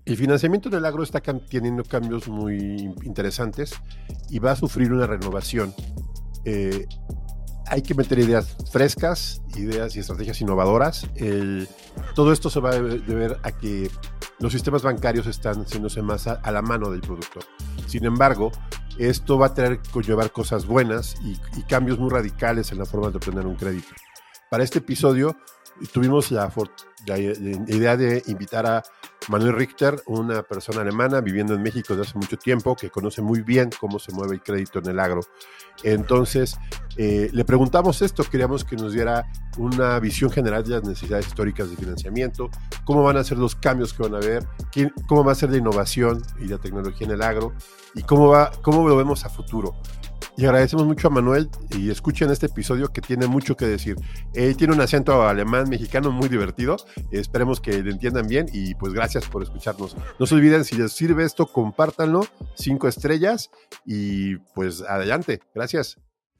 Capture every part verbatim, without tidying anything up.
El financiamiento del agro está cam- teniendo cambios muy interesantes y va a sufrir una renovación. Eh, hay que meter ideas frescas, ideas y estrategias innovadoras. El, todo esto se va a deber a que los sistemas bancarios están haciéndose más a, a la mano del productor. Sin embargo, esto va a tener que llevar cosas buenas y, y cambios muy radicales en la forma de obtener un crédito. Para este episodio tuvimos la, la, la idea de invitar a Manuel Richter, una persona alemana viviendo en México desde hace mucho tiempo, que conoce muy bien cómo se mueve el crédito en el agro. Entonces, eh, le preguntamos esto, queríamos que nos diera una visión general de las necesidades históricas de financiamiento, cómo van a ser los cambios que van a haber, quién, cómo va a ser la innovación y la tecnología en el agro, y cómo, va, cómo lo vemos a futuro. Y agradecemos mucho a Manuel y escuchen este episodio que tiene mucho que decir. Eh, tiene un acento alemán mexicano muy divertido. Eh, esperemos que lo entiendan bien y pues gracias por escucharnos. No se olviden, si les sirve esto, compártanlo, cinco estrellas y pues adelante. Gracias.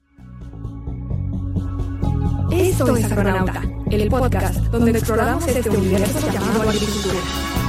Esto es Agronauta, el podcast donde exploramos este universo llamado agricultura.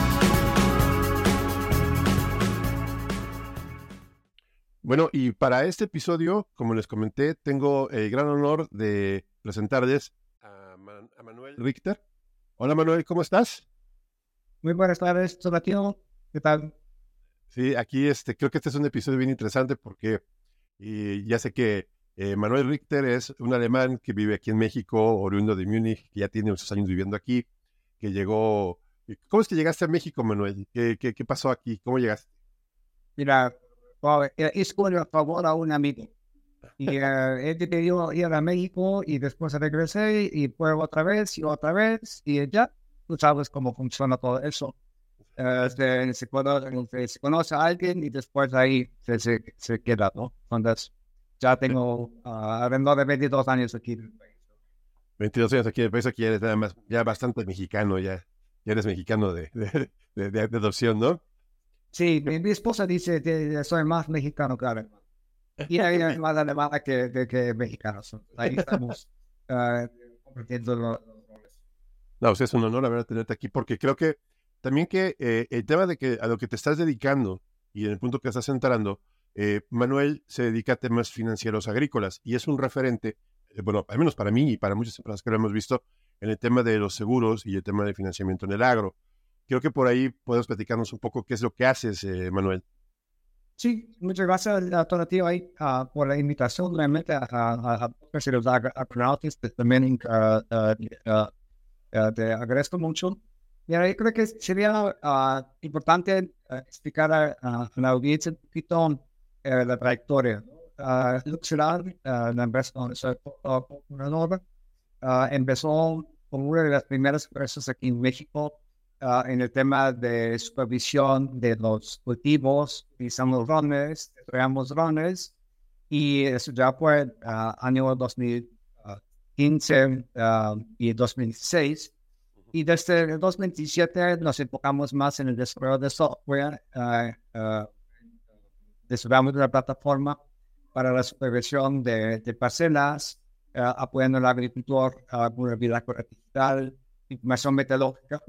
Bueno, y para este episodio, como les comenté, tengo el gran honor de presentarles a, Man- a Manuel Richter. Hola Manuel, ¿cómo estás? Muy buenas tardes, Sebastián. ¿Qué tal? Sí, aquí este, creo que este es un episodio bien interesante porque y ya sé que eh, Manuel Richter es un alemán que vive aquí en México, oriundo de Múnich, que ya tiene muchos años viviendo aquí, que llegó... ¿Cómo es que llegaste a México, Manuel? ¿Qué, qué, qué pasó aquí? ¿Cómo llegaste? Mira, wow, eh, hice un favor a un amigo. Y eh, él me pidió ir a México y después regresé y fue otra vez y otra vez. Y ya, tú sabes cómo funciona todo eso. Eh, se, se, conoce, se conoce a alguien y después ahí se, se, se queda, ¿no? Entonces, ya tengo uh, alrededor de veintidós años aquí. veintidós años aquí en el país, aquí eres además ya bastante mexicano, ya, ya eres mexicano de, de, de, de, de adopción, ¿no? Sí, mi, mi esposa dice que soy más mexicano que alemán. Y ella es más alemana que, que, que mexicana. So, ahí estamos uh, compartiendo los roles. No, pues es un honor haber tenerte aquí, porque creo que también que eh, el tema de que a lo que te estás dedicando y en el punto que estás entrando, eh, Manuel se dedica a temas financieros agrícolas y es un referente, eh, bueno, al menos para mí y para muchas empresas que lo hemos visto, en el tema de los seguros y el tema de financiamiento en el agro. Creo que por ahí puedes platicarnos un poco qué es lo que haces, eh, Manuel. Sí, muchas gracias a toda ti ahí uh, por la invitación, realmente a, a, a, a los agronautas, también uh, uh, uh, uh, te agradezco mucho. Mira, yo creo que sería uh, importante uh, explicar a, a la audiencia un poquito uh, la trayectoria. Uh, Luxural, uh, la empresa donde soy colaborador, uh, empezó como una de las primeras empresas aquí en México uh, en el tema de supervisión de los cultivos, utilizamos drones, creamos drones, y eso ya fue uh, año dos mil quince uh, y dos mil dieciséis. Y desde el dos mil diecisiete nos enfocamos más en el desarrollo de software. Uh, uh, desarrollamos una plataforma para la supervisión de, de parcelas, uh, apoyando al agricultor uh, con una vida digital, información meteorológica.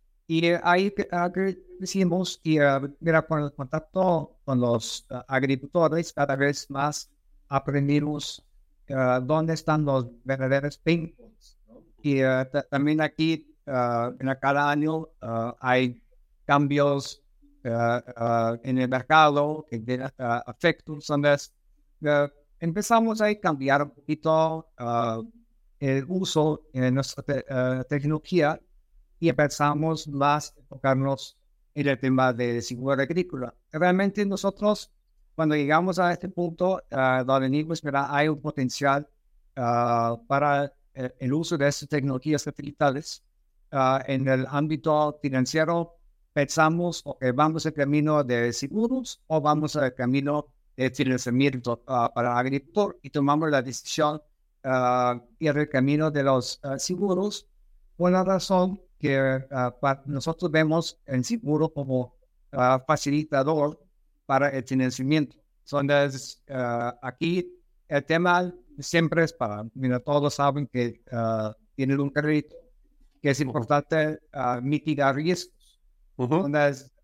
Y uh, ahí uh, hicimos, y uh, mira, con el contacto con los uh, agricultores, cada vez más aprendimos uh, dónde están los verdaderos pain points, ¿no? Y uh, t- también aquí, Uh, en cada año uh, hay cambios uh, uh, en el mercado que tienen uh, efectos. Entonces, uh, empezamos a cambiar un poquito uh, el uso de nuestra te uh, tecnología y empezamos más a enfocarnos en el tema de seguridad agrícola. Realmente nosotros, cuando llegamos a este punto, uh, donde dijimos, mira, hay un potencial uh, para el, el uso de estas tecnologías satelitales, Uh, en el ámbito financiero, pensamos o que vamos al camino de seguros o vamos al camino de financiamiento uh, para el agricultor, y tomamos la decisión uh, ir al camino de los uh, seguros, por la razón que uh, para nosotros vemos el seguro como uh, facilitador para el financiamiento. Entonces, uh, aquí el tema siempre es para, mira, todos saben que uh, tienen un crédito, que es importante uh, mitigar riesgos. Uh-huh. Entonces,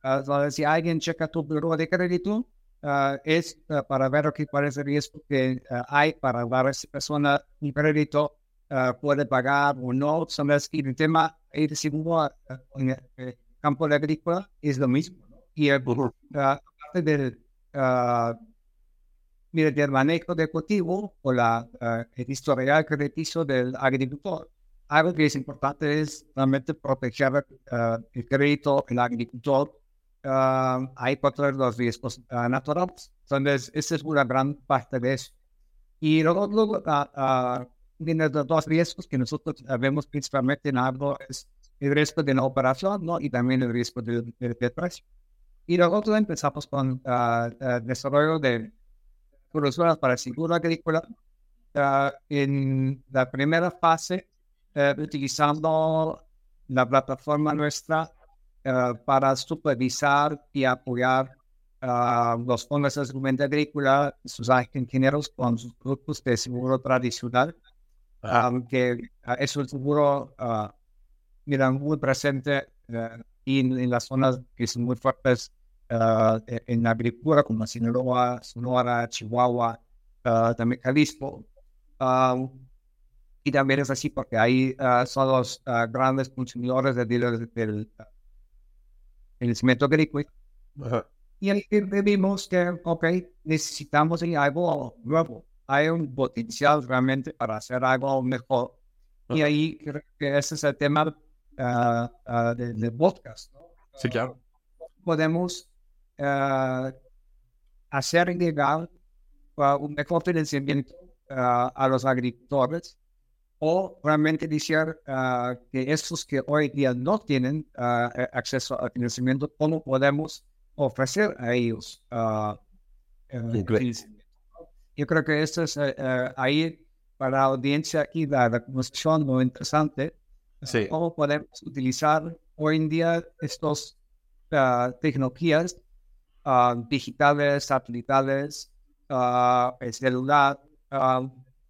Uh, donde si alguien checa tu buró de crédito, uh, es uh, para ver okay, cuál es el riesgo que uh, hay para dar a esa persona un crédito, uh, puede pagar o no. ¿Sabes? Y el tema de seguro uh, en el campo de agrícola es lo mismo, ¿no? Y uh, uh, aparte del, uh, mira, del manejo de cultivo o la, uh, el historial crediticio del agricultor, algo que es importante es realmente proteger uh, el crédito del agricultor. Uh, hay contra los riesgos uh, naturales. Entonces, esa es una gran parte de eso. Y luego, luego uh, uh, vienen los dos riesgos que nosotros uh, vemos principalmente en algo, es el riesgo de la operación, ¿no? Y también el riesgo del de, de precio. Y luego empezamos con uh, uh, desarrollo de soluciones para el seguro agrícola. Uh, en la primera fase, uh, utilizando la plataforma nuestra Uh, para supervisar y apoyar uh, los fondos de seguro agrícola, sus ingenieros con sus productos de seguro tradicional, um, que uh, es un seguro uh, mira, muy presente uh, en, en las zonas que son muy fuertes uh, en la agricultura, como Sinaloa, Sonora, Chihuahua, uh, también Jalisco. Um, y también es así porque ahí uh, son los uh, grandes consumidores de del, del el cemento agrícola. Uh-huh. Y ahí vimos que, ok, necesitamos algo nuevo. Hay un potencial realmente para hacer algo mejor. Uh-huh. Y ahí creo que ese es el tema uh, uh, del de podcast, ¿no? Sí, claro. Uh, podemos uh, hacer llegar uh, un mejor financiamiento uh, a los agricultores, o realmente decir uh, que estos que hoy día no tienen uh, acceso al financiamiento, ¿cómo podemos ofrecer a ellos uh, uh, financiamiento? Yo creo que esto es uh, uh, ahí para la audiencia aquí la recomendación muy interesante. Sí. ¿Cómo podemos utilizar hoy en día estas uh, tecnologías uh, digitales, satelitales, uh, el celular, uh,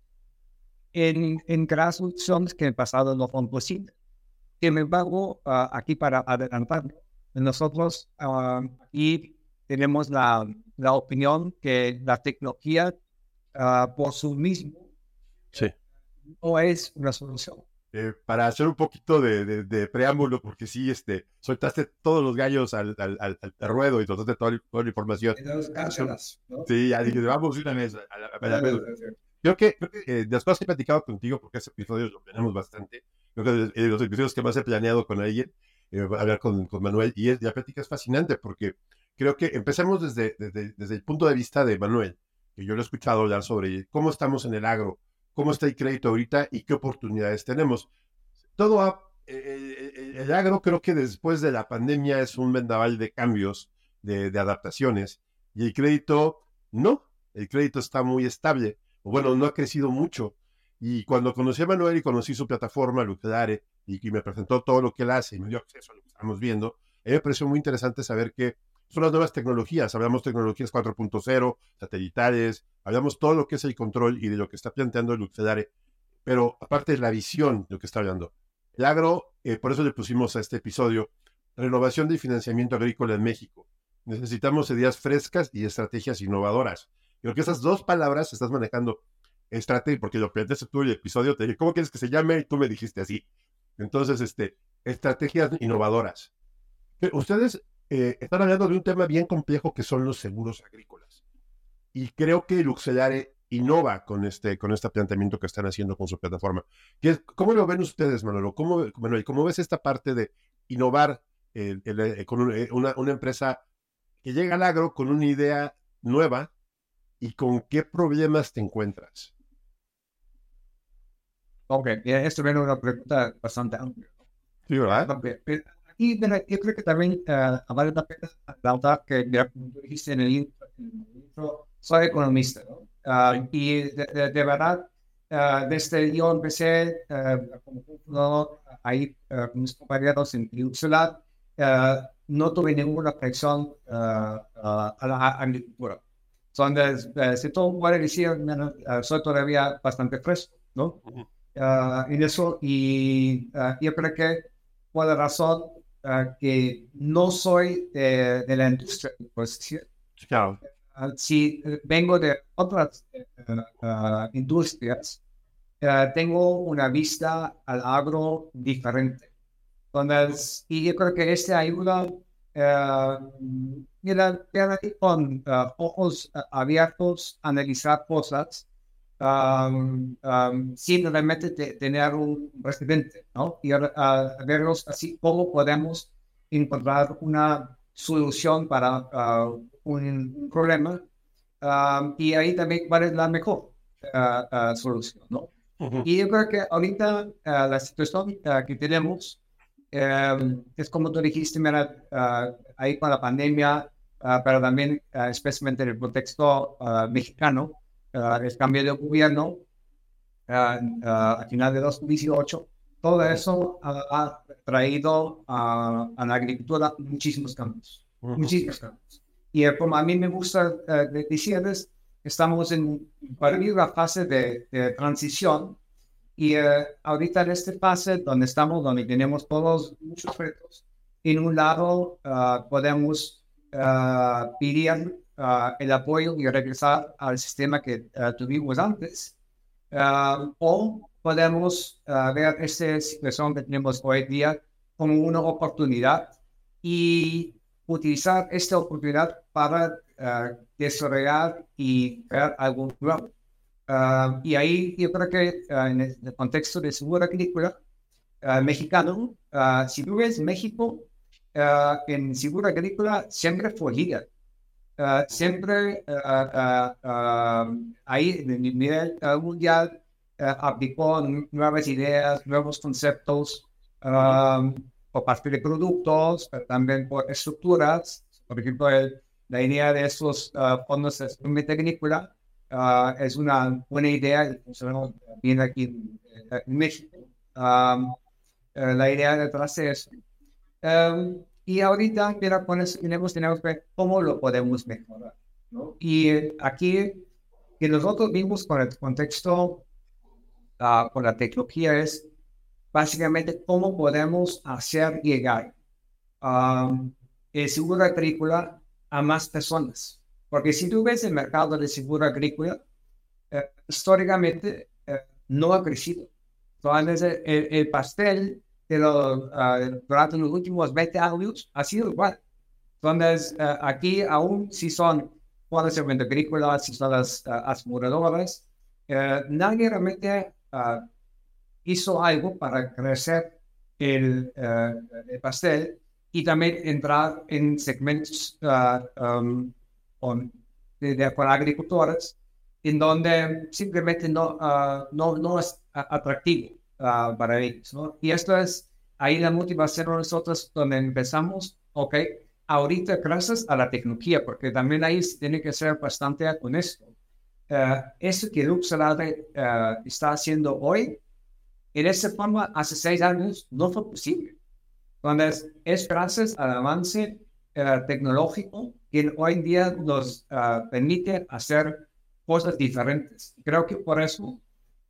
En, en crear soluciones que en el pasado no fueron posibles. Sin embargo, uh, aquí para adelantar, nosotros uh, aquí tenemos la, la opinión que la tecnología uh, por sí mismo sí. no es una solución. Eh, para hacer un poquito de, de, de preámbulo, porque sí, este, soltaste todos los gallos al, al, al, al ruedo y soltaste toda, toda la información. Cárcelas, ¿no? Sí, ya dije, vamos una vez a la, a la vez. Creo que, creo que eh, de las cosas que he platicado contigo, porque ese episodio lo planeamos bastante, creo que de, de los episodios que más he planeado con alguien, eh, hablar con, con Manuel, y es, la plática es fascinante, porque creo que empecemos desde, desde, desde el punto de vista de Manuel, que yo lo he escuchado hablar sobre cómo estamos en el agro, cómo está el crédito ahorita y qué oportunidades tenemos. Todo ha, eh, el, el agro creo que después de la pandemia es un vendaval de cambios, de, de adaptaciones, y el crédito no, el crédito está muy estable. Bueno, no ha crecido mucho. Y cuando conocí a Manuel y conocí su plataforma, Luxedare, y, y me presentó todo lo que él hace y me dio acceso a lo que estamos viendo, a mí me pareció muy interesante saber que son las nuevas tecnologías. Hablamos de tecnologías cuatro punto cero, satelitales, hablamos todo lo que es el control y de lo que está planteando Luxedare, pero aparte de la visión de lo que está hablando. El agro, eh, por eso le pusimos a este episodio, renovación del financiamiento agrícola en México. Necesitamos ideas frescas y estrategias innovadoras. Creo que esas dos palabras estás manejando estrategia, porque lo planteaste tú en el episodio, te dije, ¿cómo quieres que se llame? Y tú me dijiste así. Entonces, este, estrategias innovadoras. Ustedes eh, están hablando de un tema bien complejo que son los seguros agrícolas. Y creo que Luxedare innova con este, con este planteamiento que están haciendo con su plataforma. ¿Cómo lo ven ustedes, Manolo? ¿Cómo, Manuel, ¿cómo ves esta parte de innovar eh, el, el, con un, una, una empresa que llega al agro con una idea nueva? ¿Y con qué problemas te encuentras? Ok, esto viene una pregunta bastante amplia. Sí, ¿verdad? Y mira, yo creo que también uh, vale la pena hablar que, mira, como tú dijiste en el intro, soy economista, ¿no? Uh, y de, de, de verdad, uh, desde yo empecé uh, como fundador ahí uh, con mis compañeros en Luxedare, uh, no tuve ninguna presión uh, uh, a la agricultura. Entonces, uh, si tú puedes decir, uh, soy todavía bastante fresco, ¿no? Uh-huh. Uh, en eso, y uh, yo creo que por la razón uh, que no soy de, de la industria, pues decir. Claro. Uh, si vengo de otras uh, uh, industrias, uh, tengo una vista al agro diferente. Entonces, y yo creo que este ayuda uh, mira, con uh, ojos uh, abiertos a analizar cosas um, um, sin realmente te, tener un precedente, ¿no? Y uh, verlos así cómo podemos encontrar una solución para uh, un problema um, y ahí también cuál es la mejor uh, uh, solución, ¿no? Uh-huh. Y yo creo que ahorita uh, la situación uh, que tenemos uh, es como tú dijiste, mira, uh, ahí con la pandemia, uh, pero también uh, especialmente en el contexto uh, mexicano, uh, el cambio de gobierno uh, uh, a final de dos mil dieciocho, todo eso uh, ha traído uh, a la agricultura muchísimos cambios, uh-huh. muchísimos cambios. Y uh, como a mí me gusta uh, decirles, estamos en una fase de, de transición y uh, ahorita en esta fase donde estamos, donde tenemos todos muchos retos, en un lado uh, podemos uh, pedir uh, el apoyo y regresar al sistema que uh, tuvimos antes, uh, o podemos uh, ver esta situación que tenemos hoy día como una oportunidad y utilizar esta oportunidad para uh, desarrollar y crear algo nuevo. Uh, y ahí yo creo que uh, en el contexto de seguro agrícola uh, mexicano, uh, si tú ves México uh, en seguro agrícola siempre fue líder. Uh, siempre uh, uh, uh, ahí en el nivel uh, mundial uh, aplicó nuevas ideas, nuevos conceptos uh, por parte de productos, pero también por estructuras. Por ejemplo, el, la idea de estos uh, fondos de sustentabilidad agrícola uh, es una buena idea y funcionamos bien aquí en, en México. Um, uh, la idea detrás de eso. Um, y ahorita, mira, con eso tenemos, tenemos que ver cómo lo podemos mejorar, ¿no? Y eh, aquí, que nosotros vimos con el contexto, uh, con la tecnología, es básicamente cómo podemos hacer llegar um, el seguro agrícola a más personas. Porque si tú ves el mercado de seguro agrícola, eh, históricamente eh, no ha crecido. Entonces, el, el pastel de lo, uh, durante los últimos veinte años ha sido igual. Entonces, uh, aquí aún si son fondos agrícolas, si son las uh, aseguradoras, uh, nadie realmente uh, hizo algo para crecer el, uh, el pastel y también entrar en segmentos uh, um, con, de, de, con agricultores en donde simplemente no, uh, no, no es atractivo uh, para ellos, ¿no? Y esto es ahí la motivación de nosotros donde empezamos, ok, ahorita gracias a la tecnología, porque también ahí se tiene que ser bastante honesto. Uh, eso que Luxalade uh, está haciendo hoy, en esa forma, hace seis años no fue posible. Entonces, es gracias al avance uh, tecnológico que hoy en día nos uh, permite hacer cosas diferentes. Creo que por eso, uh,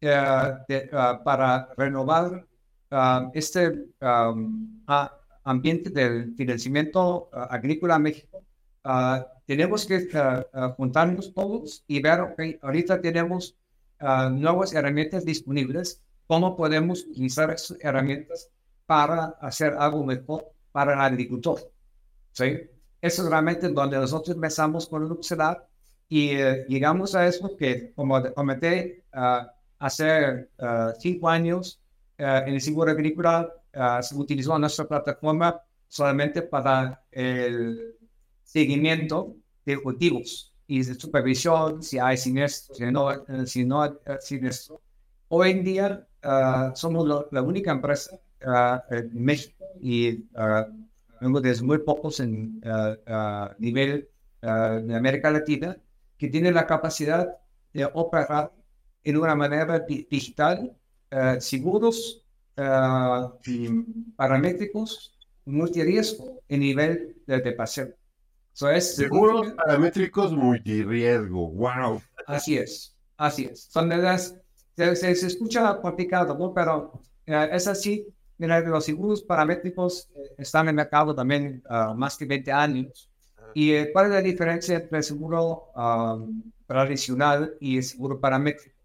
de, uh, para renovar uh, este um, uh, ambiente del financiamiento uh, agrícola en México, uh, tenemos que uh, uh, juntarnos todos y ver, ok, ahorita tenemos uh, nuevas herramientas disponibles, cómo podemos utilizar esas herramientas para hacer algo mejor para el agricultor. ¿Sí? Eso es realmente donde nosotros empezamos con Luxalade y uh, llegamos a eso que, como comenté, uh, hace uh, cinco años uh, en el seguro agrícola uh, se utilizó nuestra plataforma solamente para el seguimiento de cultivos y de supervisión, si hay siniestros, si no, uh, si no hay uh, siniestros. Hoy en día uh, somos lo, la única empresa uh, en México y uh, vengo desde muy pocos en uh, uh, nivel uh, de América Latina que tiene la capacidad de operar en una manera di digital uh, seguros uh, y paramétricos multirriesgo en nivel de, de paseo. So es seguros paramétricos multirriesgo, wow. Así es, así es. Son de las, se, se, se escucha complicado, ¿no? Pero uh, es así Mira, los seguros paramétricos eh, están en el mercado también uh, más de veinte años. ¿Y eh, cuál es la diferencia entre el seguro um, tradicional y el seguro paramétrico?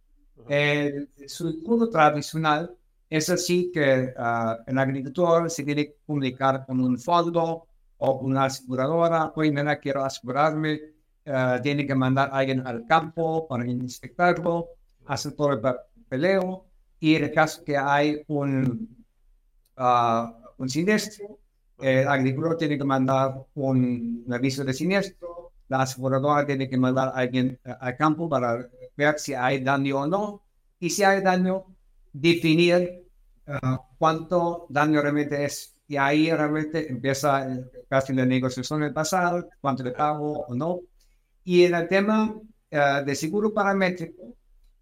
El seguro tradicional es así que uh, el agricultor se tiene que comunicar con un fondo o una aseguradora. Oye, mira, quiero asegurarme. Uh, tiene que mandar a alguien al campo para inspectarlo, hacer todo el papeleo. Y en el caso que hay un Uh, un siniestro, el agricultor tiene que mandar un, un aviso de siniestro, la aseguradora tiene que mandar a alguien uh, al campo para ver si hay daño o no, y si hay daño, definir uh, cuánto daño realmente es. Y ahí realmente empieza el, casi la negociación del pasado, cuánto le pago o no. Y en el tema uh, de seguro paramétrico,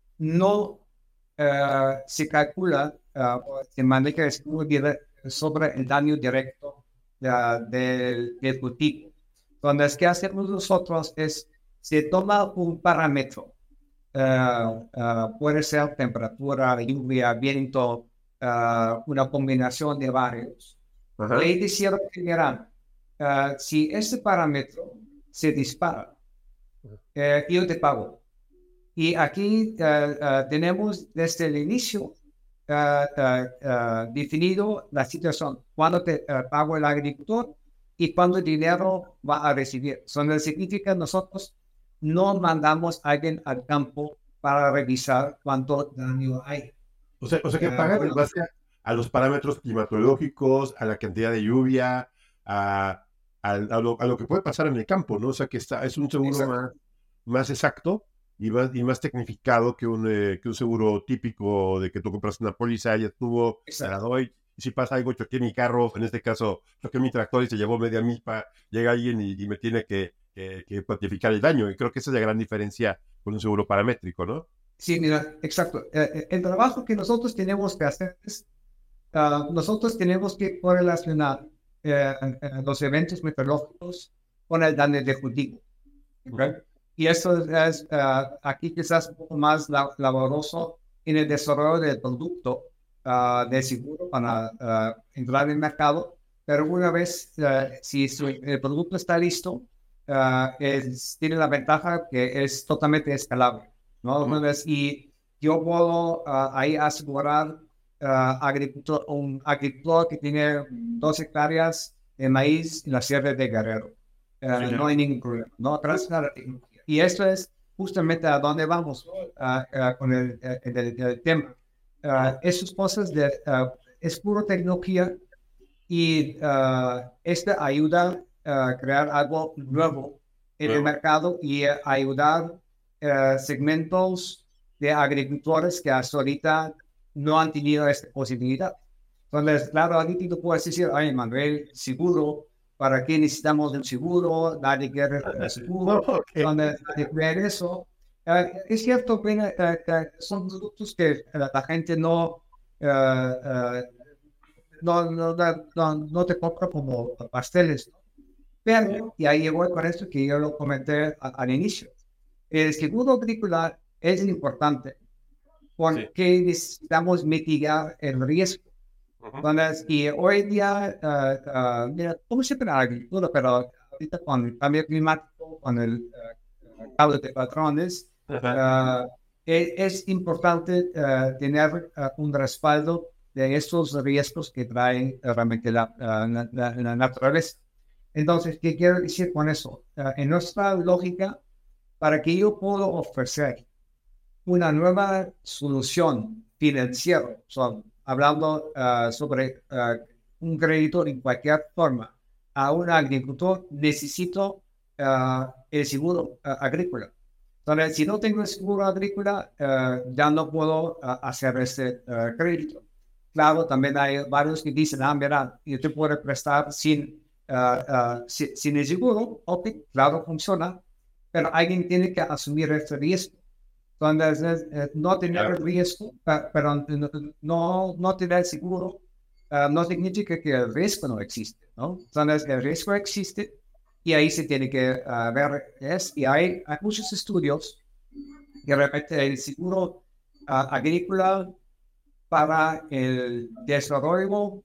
no uh, se calcula, uh, se maneja el seguro sobre el daño directo uh, del, del cultivo. Entonces, ¿qué hacemos nosotros? Es, se toma un parámetro, uh, uh, puede ser temperatura, lluvia, viento, uh, una combinación de varios. Ajá. Ley de cierre general, uh, si ese parámetro se dispara, uh, yo te pago. Y aquí uh, uh, tenemos desde el inicio uh, uh, uh, definido la situación, cuándo te uh, pago el agricultor y cuándo el dinero va a recibir. Eso no significa nosotros no mandamos a alguien al campo para revisar cuánto daño hay. O sea, o sea que pagan en base a, a los parámetros climatológicos, a la cantidad de lluvia, a, a, a, lo, a lo que puede pasar en el campo, ¿no? O sea que está, es un seguro más, más exacto. Y más, y más tecnificado que un, eh, que un seguro típico de que tú compras una póliza, ya estuvo, se la doy, y si pasa algo, choqué mi carro, en este caso, choqué mi tractor y se llevó media milpa, llega alguien y, y me tiene que, que, que cuantificar el daño, y creo que esa es la gran diferencia con un seguro paramétrico, ¿no? Sí, mira, exacto. Eh, el trabajo que nosotros tenemos que hacer es, uh, nosotros tenemos que correlacionar eh, los eventos meteorológicos con el daño de cultivo. ¿Okay? Y eso es uh, aquí quizás un poco más la, laboroso en el desarrollo del producto uh, de seguro para uh, entrar en el mercado. Pero una vez, uh, si su, el producto está listo, uh, es, tiene la ventaja que es totalmente escalable, ¿no? Uh-huh. Entonces, y yo puedo uh, ahí asegurar uh, agricultor, un agricultor que tiene dos hectáreas de maíz en la sierra de Guerrero. Uh, sí, no. no hay ningún problema, ¿no? Atrás la tecnología. Y esto es justamente a dónde vamos uh, uh, con el, el, el, el tema. Uh, esas cosas de, uh, es pura tecnología y uh, esta ayuda a crear algo nuevo en el mercado y uh, ayudar uh, segmentos de agricultores que hasta ahorita no han tenido esta posibilidad. Entonces, claro, ahorita tú puedes decir, ay, Manuel, seguro. ¿Para qué necesitamos un seguro? Nadie quiere un seguro. Okay. Donde ver eso. Uh, es cierto que uh, uh, son productos que la, la gente no, uh, uh, no, no, no, no te compra como pasteles. Pero, y ahí voy con esto que yo lo comenté a, al inicio. El seguro agrícola es importante porque sí. necesitamos mitigar el riesgo. Entonces, y hoy día, uh, uh, mira, como siempre la agricultura, pero ahorita con el cambio climático, con el uh, cambio de patrones, uh, es, es importante uh, tener uh, un respaldo de estos riesgos que trae uh, realmente la, uh, la, la naturaleza. Entonces, ¿qué quiero decir con eso? Uh, en nuestra lógica, para que yo pueda ofrecer una nueva solución financiera, so, hablando uh, sobre uh, un crédito en cualquier forma a un agricultor, necesito uh, el seguro uh, agrícola. Entonces, si no tengo el seguro agrícola, uh, ya no puedo uh, hacer este uh, crédito. Claro, también hay varios que dicen, ah, mira, yo te puedo prestar sin, uh, uh, sin, sin el seguro. Ok, claro, funciona, pero alguien tiene que asumir este riesgo. Entonces, eh, no tener el riesgo, pero no, no tener seguro, uh, no significa que el riesgo no existe, ¿no? Entonces, el riesgo existe y ahí se tiene que uh, ver es, y hay, hay muchos estudios que de repente el seguro uh, agrícola para el desarrollo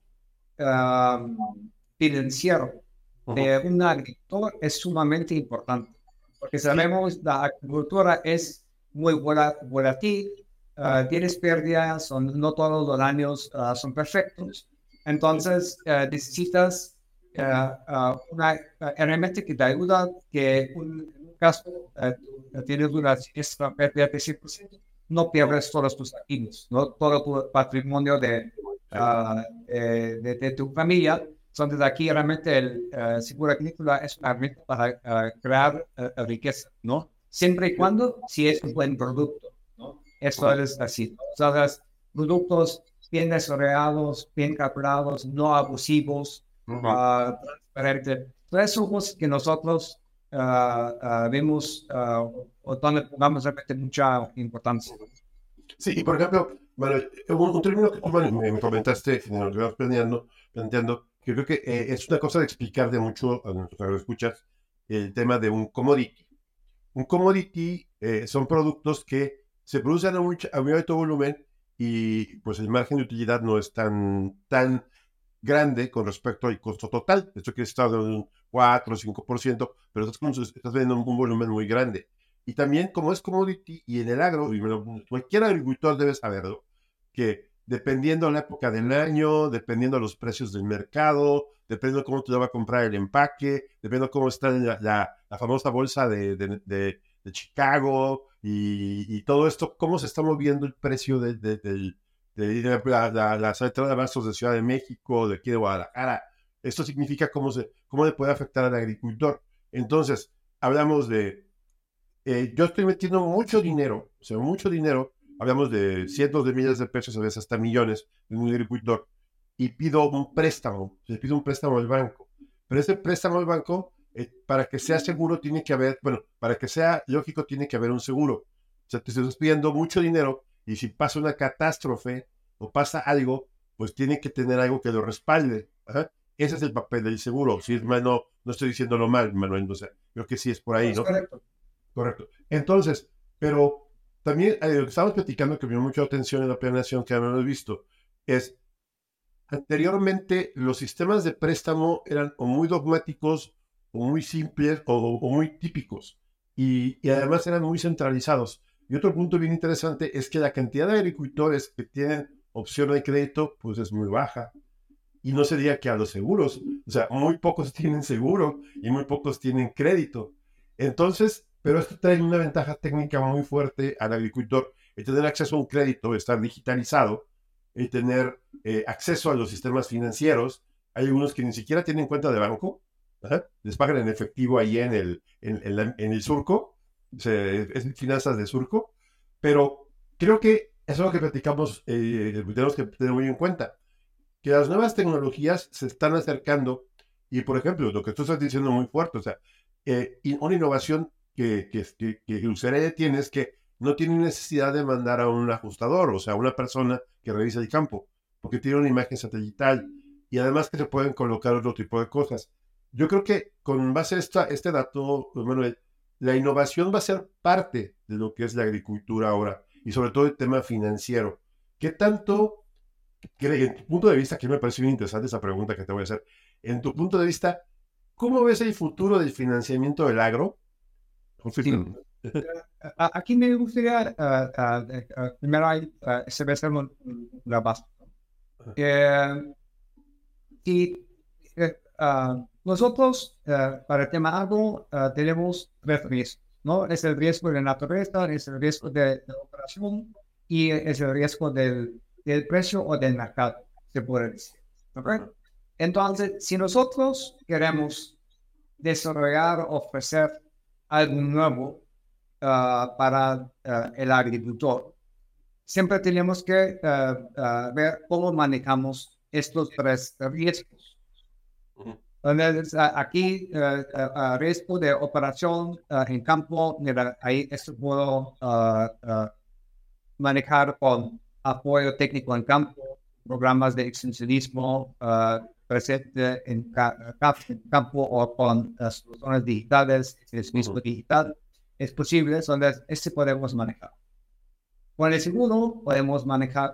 um, financiero de un agricultor es sumamente importante, porque sabemos que la agricultura es muy volátil, uh, tienes pérdidas, son, no todos los años uh, son perfectos, entonces uh, necesitas uh, uh, una uh, herramienta que te ayuda, que un, en un caso uh, tienes una siniestra pérdida de cien por ciento, no pierdes todos tus activos, ¿no? Todo tu patrimonio de, uh, eh, de, de tu familia. Entonces aquí realmente el uh, seguro agrícola es una herramienta para uh, crear uh, riqueza, ¿no? Siempre y cuando si es un buen producto, ¿no? Eso es así. Entonces, productos bien desarrollados, bien calculados, no abusivos, uh, transparentes. Entonces, son cosas que nosotros uh, uh, vemos uh, o donde pongamos realmente mucha importancia. Sí, y por ejemplo, bueno, un, un término que tú me, me comentaste, me lo ibas planteando, planteando, que creo que eh, es una cosa de explicar de mucho a nuestros escuchas, el tema de un commodity. Un commodity eh, son productos que se producen a muy, a muy alto volumen y pues el margen de utilidad no es tan, tan grande con respecto al costo total. Esto quiere estar de un cuatro o cinco por ciento, pero estás, estás vendiendo un volumen muy grande. Y también, como es commodity y en el agro, y bueno, cualquier agricultor debe saberlo, que dependiendo de la época del año, dependiendo de los precios del mercado, dependiendo de cómo te va a comprar el empaque, dependiendo de cómo está la, la, la famosa bolsa de, de, de, de Chicago y, y todo esto, cómo se está moviendo el precio de, de, de, de, de la, la, la central de abastos de Ciudad de México, de aquí de Guadalajara. Esto significa cómo, se, cómo le puede afectar al agricultor. Entonces, hablamos de Eh, yo estoy metiendo mucho dinero, o sea, mucho dinero, hablamos de cientos de miles de pesos, a veces hasta millones, en un agricultor, y pido un préstamo, le pido un préstamo al banco. Pero ese préstamo al banco, eh, para que sea seguro, tiene que haber, bueno, para que sea lógico, tiene que haber un seguro. O sea, te estás pidiendo mucho dinero, y si pasa una catástrofe o pasa algo, pues tiene que tener algo que lo respalde. Ajá. Ese es el papel del seguro. Si es mal, no, no estoy diciéndolo mal, Manuel, o sea, creo que sí es por ahí, ¿no? Correcto. Correcto. Entonces, pero también eh, lo que estamos platicando que me dio mucha atención en la planeación que habíamos visto es, anteriormente los sistemas de préstamo eran o muy dogmáticos o muy simples o, o muy típicos y, y además eran muy centralizados. Y otro punto bien interesante es que la cantidad de agricultores que tienen opción de crédito pues es muy baja. Y no sería que a los seguros, o sea, muy pocos tienen seguro y muy pocos tienen crédito. Entonces, pero esto trae una ventaja técnica muy fuerte al agricultor, el tener acceso a un crédito, estar digitalizado, el tener eh, acceso a los sistemas financieros. Hay algunos que ni siquiera tienen cuenta de banco, ¿ajá? Les pagan en efectivo ahí en el, en, en, la, en el surco, se, es finanzas de surco, pero creo que eso es lo que platicamos, eh, tenemos que tener muy en cuenta, que las nuevas tecnologías se están acercando y, por ejemplo, lo que tú estás diciendo muy fuerte, o sea, eh, una innovación que, que, que, que Userede tiene es que no tiene necesidad de mandar a un ajustador, o sea, una persona que revise el campo, porque tiene una imagen satelital y además que se pueden colocar otro tipo de cosas. Yo creo que con base a esta, este dato, Manuel, la innovación va a ser parte de lo que es la agricultura ahora y sobre todo el tema financiero. ¿Qué tanto, que, en tu punto de vista, que me parece bien interesante esa pregunta que te voy a hacer, en tu punto de vista, ¿cómo ves el futuro del financiamiento del agro? Sí. Aquí me gustaría uh, uh, uh, primero uh, establecer la base. Eh, y eh, uh, nosotros, uh, para el tema agro, uh, tenemos tres riesgos, ¿no? Es el riesgo de naturaleza, es el riesgo de, de operación y es el riesgo del, del precio o del mercado, se puede decir. ¿Okay? Entonces, si nosotros queremos desarrollar, ofrecer algo nuevo uh, para uh, el agricultor, siempre tenemos que uh, uh, ver cómo manejamos estos tres riesgos. Entonces, uh, aquí, uh, uh, riesgo de operación uh, en campo, mira, ahí esto puedo uh, uh, manejar con apoyo técnico en campo, programas de extensionismo uh, presente en, ca en campo o con uh, soluciones digitales, es mismo digital, es posible, entonces este podemos manejar. Con el seguro podemos manejar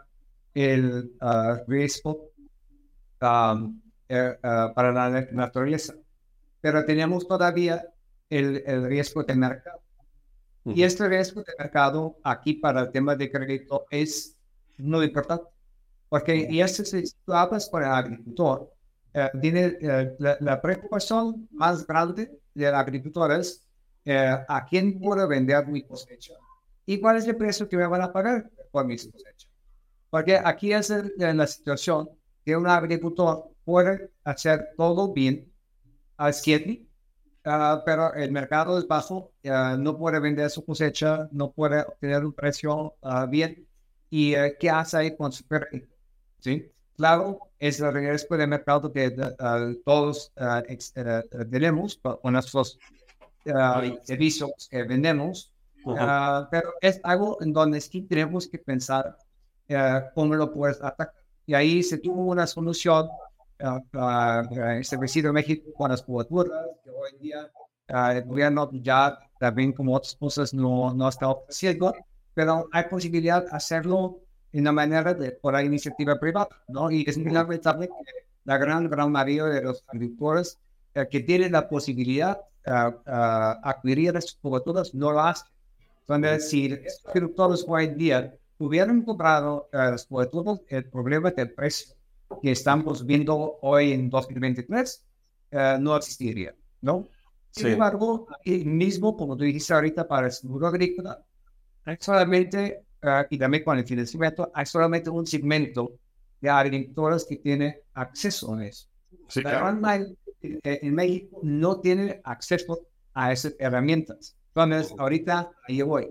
el uh, riesgo um, eh, uh, para la naturaleza, pero tenemos todavía el, el riesgo de mercado. Uh-huh. Y este riesgo de mercado aquí para el tema de crédito es muy importante, porque y este, si tú hablas con el agricultor, eh, tiene eh, la, la preocupación más grande del agricultor es eh, a quién puedo vender mi cosecha y cuál es el precio que me van a pagar por mi cosecha. Porque aquí es el, la situación que un agricultor puede hacer todo bien al cien, uh, pero el mercado es bajo, uh, no puede vender su cosecha, no puede obtener un precio uh, bien. ¿Y uh, qué hace ahí con su crédito? ¿Sí? Claro, es el riesgo de mercado que uh, todos uh, ex, uh, tenemos con nuestros uh, servicios que vendemos, uh, uh, pero es algo en donde sí tenemos que pensar uh, cómo lo puedes atacar. Y ahí se tuvo una solución uh, uh, establecido en México con las coberturas, que hoy en día uh, el gobierno ya también como otras cosas no, no está ofreciendo, pero hay posibilidad de hacerlo de una manera de, por la iniciativa privada, ¿no? Y es muy lamentable que la gran, gran mayoría de los agricultores uh, que tienen la posibilidad de uh, uh, adquirir estas coberturas no lo hacen. Entonces, si los agricultores hoy en día hubieran comprado uh, las coberturas, el problema del precio que estamos viendo hoy en dos mil veintitrés uh, no existiría, ¿no? Sin sí. embargo, aquí mismo, como tú dijiste ahorita, para el seguro agrícola, hay solamente, uh, y también con el financiamiento, hay solamente un segmento de agricultores que tiene acceso a eso. Sí, la gran mayoría en, en México no tiene acceso a esas herramientas. Entonces, ahorita ahí voy.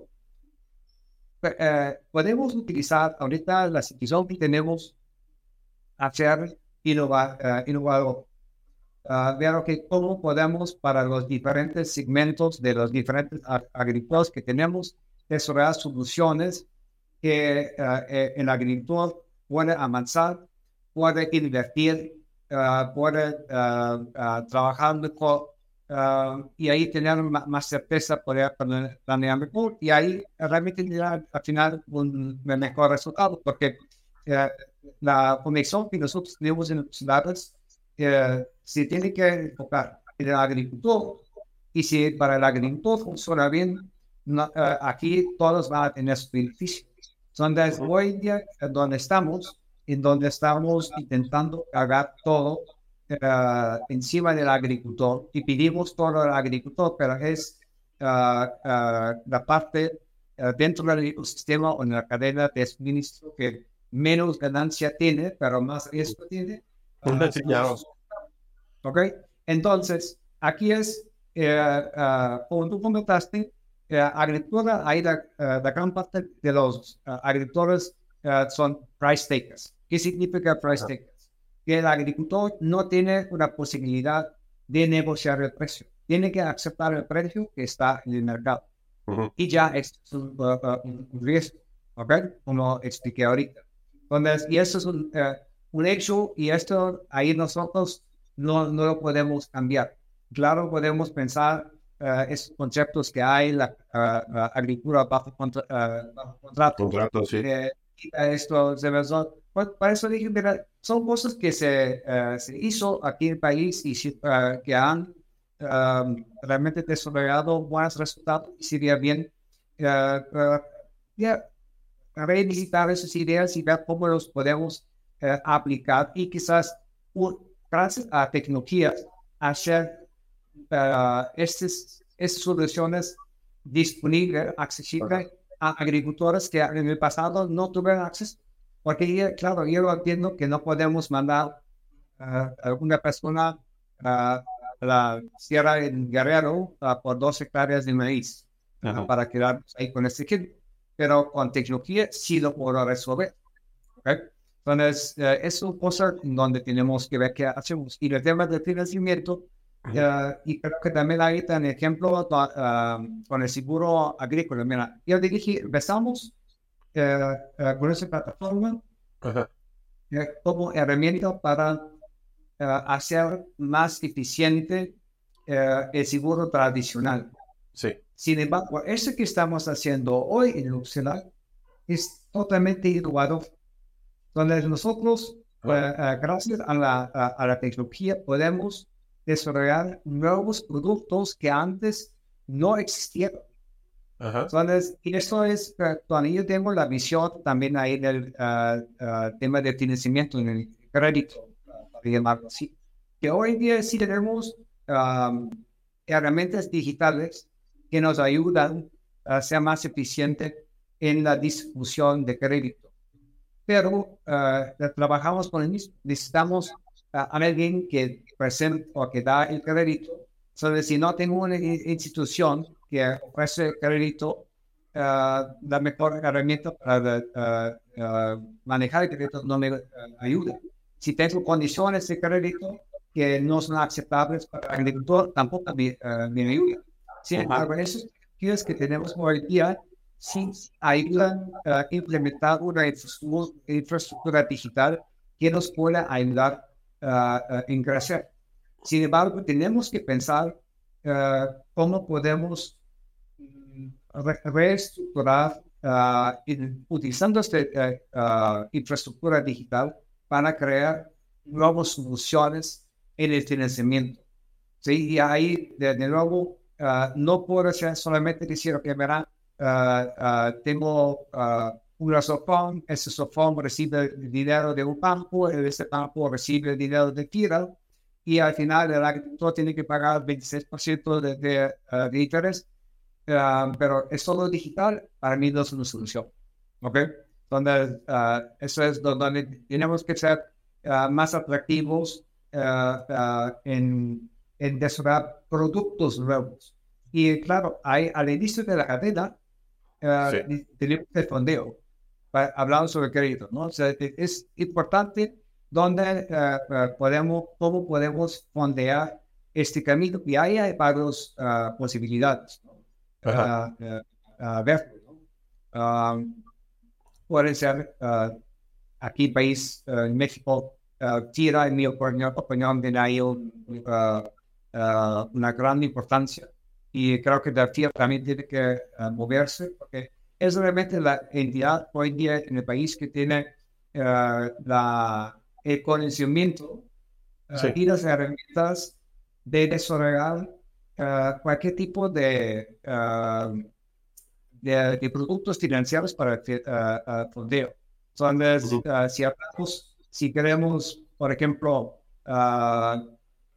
Uh, podemos utilizar ahorita la situación que tenemos hacer innova, uh, innovador. Uh, ver okay, cómo podemos para los diferentes segmentos de los diferentes agricultores que tenemos desarrollar soluciones que uh, el agricultor puede avanzar, puede invertir, uh, puede uh, uh, trabajar mejor uh, y ahí tener más, más certeza, poder planear mejor y ahí realmente tener al final un, un mejor resultado, porque uh, la conexión que nosotros tenemos en las ciudades uh, se tiene que enfocar en el agricultor y si para el agricultor funciona bien, no, uh, aquí todos van a tener su beneficio. Entonces, hoy en día, donde estamos, en donde estamos intentando cargar todo uh, encima del agricultor y pedimos todo al agricultor, pero es uh, uh, la parte uh, dentro del ecosistema o en la cadena de suministro que menos ganancia tiene, pero más riesgo tiene. Uh, ¿Ok? Entonces, aquí es, uh, uh, como tú comentaste, Uh, agricultura, ahí la, uh, la gran parte de los uh, agricultores uh, son price takers. ¿Qué significa price uh-huh. takers? Que el agricultor no tiene una posibilidad de negociar el precio. Tiene que aceptar el precio que está en el mercado. Uh-huh. Y ya es un, uh, uh, un riesgo, ¿ok? Como expliqué ahorita. Entonces, y eso es un, uh, un hecho y esto ahí nosotros no, no lo podemos cambiar. Claro, podemos pensar Uh, esos conceptos que hay, la uh, uh, agricultura bajo, contra, uh, bajo contrato. Contrato, sí. Eh, esto se basó. Pues, para eso dije, mira, son cosas que se, uh, se hizo aquí en el país y uh, que han um, realmente desarrollado buenos resultados y sería bien uh, uh, yeah, revisitar esas ideas y ver cómo los podemos uh, aplicar y quizás uh, gracias a tecnologías hacer Uh, estas, estas soluciones disponibles, accesibles a agricultores que en el pasado no tuvieron acceso. Porque, claro, yo entiendo que no podemos mandar uh, a alguna persona uh, a la sierra en Guerrero uh, por dos hectáreas de maíz uh, para quedarnos ahí con este kit. Pero con tecnología sí lo puedo resolver. ¿Okay? Entonces, uh, es una cosa en donde tenemos que ver qué hacemos. Y el tema del financiamiento, Uh, y creo que también hay un ejemplo uh, con el seguro agrícola. Mira, yo te dije, empezamos uh, uh, con esa plataforma uh-huh. uh, como herramienta para uh, hacer más eficiente uh, el seguro tradicional. Sí. Sin embargo, eso que estamos haciendo hoy en Luxemburgo es totalmente innovador. Entonces nosotros, uh, uh, gracias a la, a, a la tecnología, podemos desarrollar nuevos productos que antes no existieron. Ajá. Entonces, y eso es, uh, cuando yo tengo la visión también ahí en el uh, uh, tema de financiamiento, en el crédito, uh, para llamarlo así, que hoy en día sí tenemos um, herramientas digitales que nos ayudan a ser más eficientes en la distribución de crédito. Pero uh, trabajamos con el mismo. Necesitamos uh, a alguien que presente o que da el crédito. Entonces, si no tengo una institución que ofrece crédito, uh, la mejor herramienta para uh, uh, manejar el crédito no me uh, ayuda. Si tengo condiciones de crédito que no son aceptables para el agricultor, tampoco me, uh, me ayuda. Sin embargo, esos desafíos que tenemos hoy día sí ayudan a implementar una infraestructura, infraestructura digital que nos pueda ayudar uh, uh, en crecer. Sin embargo, tenemos que pensar uh, cómo podemos re reestructurar uh, in, utilizando esta uh, uh, infraestructura digital para crear nuevas soluciones en el financiamiento. ¿Sí? Y ahí, de, de nuevo, uh, no puedo ser solamente decir, ok, verá, Uh, uh, tengo uh, una SOFOM, ese SOFOM recibe dinero de un banco, ese banco recibe dinero de Tira, y al final el agricultor tiene que pagar veintiséis por ciento de, de, uh, de interés, uh, pero es solo digital, para mí no es una solución. ¿Ok? Entonces, uh, eso es donde tenemos que ser uh, más atractivos uh, uh, en, en desarrollar productos nuevos. Y claro, hay, al inicio de la cadena, Uh, sí. tenemos el fondeo, hablando sobre crédito, ¿no? O sea, es importante donde uh, uh, podemos, cómo podemos fondear este camino, y ahí hay varias uh, posibilidades, ¿no? Uh, uh, uh, ver, ¿no? Um, puede ser uh, aquí país, uh, en México, uh, Tira, en mi opinión, opinión tiene ahí un, uh, uh, una gran importancia. Y creo que la F I A también tiene que uh, moverse, porque es realmente la entidad hoy en día en el país que tiene uh, la, el conocimiento uh, sí. y las herramientas de desarrollar uh, cualquier tipo de, uh, de, de productos financieros para el uh, uh, fondeo. Entonces, uh -huh. uh, si hablamos, si queremos, por ejemplo, uh,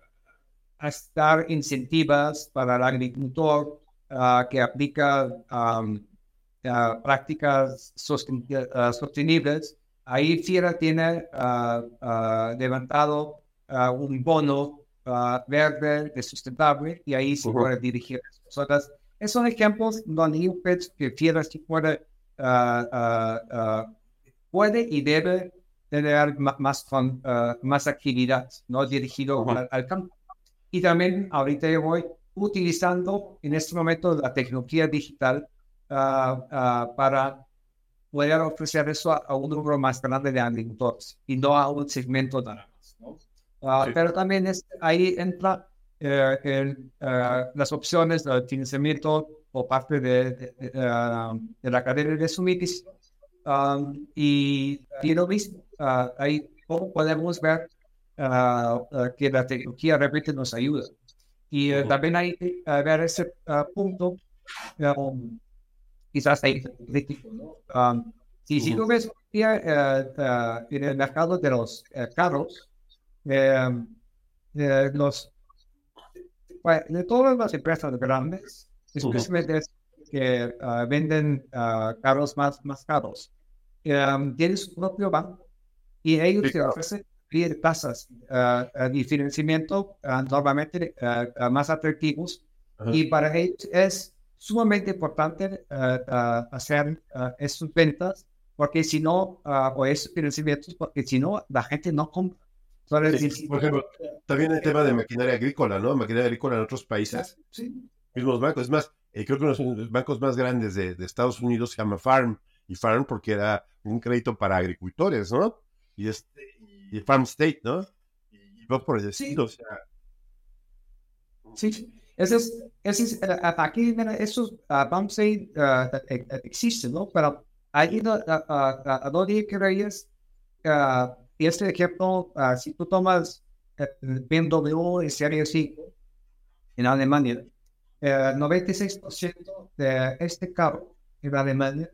a dar incentivos para el agricultor uh, que aplica um, uh, prácticas sosten uh, sostenibles. Ahí FIRA tiene uh, uh, levantado uh, un bono uh, verde de sustentable, y ahí se uh -huh. puede dirigir. Entonces, esos son ejemplos donde yo pienso que FIRA sí puede, uh, uh, uh, puede y debe tener más, con, uh, más actividad, no dirigido uh -huh. al, al campo. Y también ahorita yo voy utilizando en este momento la tecnología digital uh, uh, para poder ofrecer eso a, a un número más grande de agricultores y no a un segmento nada más, ¿no? Uh, sí. Pero también es, ahí entra uh, el, uh, las opciones de financiamiento por parte de, de, de, uh, de la cadena de suministro um, y, y lo mismo, uh, ahí cómo podemos ver Uh, uh, que la tecnología realmente nos ayuda. Y uh, uh -huh. también hay que uh, ver ese uh, punto, um, quizás ahí crítico, ¿no? Um, si, uh -huh. si tú ves uh, uh, en el mercado de los uh, carros, uh, uh, los, uh, de todas las empresas grandes, especialmente uh -huh. que uh, venden uh, carros más, más caros, um, tienen su propio banco y ellos sí, te ofrecen tasas uh, de financiamiento uh, normalmente uh, uh, más atractivos. Uh-huh. Y para ellos es sumamente importante uh, uh, hacer uh, esas ventas, porque si no, uh, o esos financiamientos, porque si no, la gente no compra. Entonces, sí, si, por ejemplo, también el tema de maquinaria agrícola, ¿no? Maquinaria agrícola en otros países, sí. Mismos bancos. Es más, eh, creo que uno de los bancos más grandes de, de Estados Unidos se llama Farm, y Farm porque era un crédito para agricultores, ¿no? Y este y Farm State, ¿no? Y vos por el estilo, sí. O sea... Sí, ese es, ese es, uh, aquí esos uh, Farm State uh, existen, ¿no? Pero ahí uh, uh, uh, donde querías uh, este ejemplo, uh, si tú tomas el B M W Serie cinco en Alemania, el noventa y seis por ciento de este carro en Alemania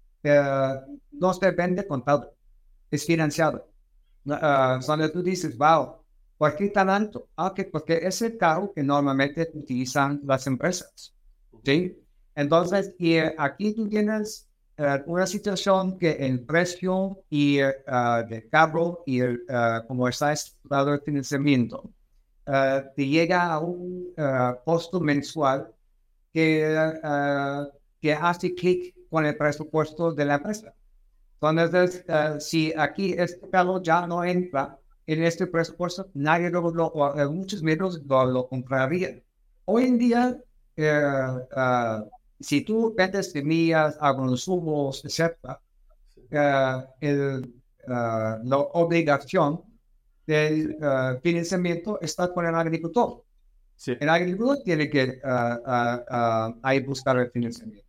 uh, no se vende contado, es financiado. Uh, donde tú dices, wow, ¿por qué tan alto? Ah, que porque es el carro que normalmente utilizan las empresas, ¿sí? Entonces, y eh, aquí tú tienes uh, una situación que el precio y uh, del carro y el, uh, como está estructurado el financiamiento, uh, te llega a un uh, costo mensual que, uh, que hace clic con el presupuesto de la empresa. Entonces, uh, si aquí este carro ya no entra en este presupuesto, nadie lo, lo o, uh, muchos medios lo, lo comprarían. Hoy en día, uh, uh, si tú vendes semillas, agronsumos, etcétera, uh, el, uh, la obligación del uh, financiamiento está con el agricultor. Sí. El agricultor tiene que uh, uh, uh, ahí buscar el financiamiento.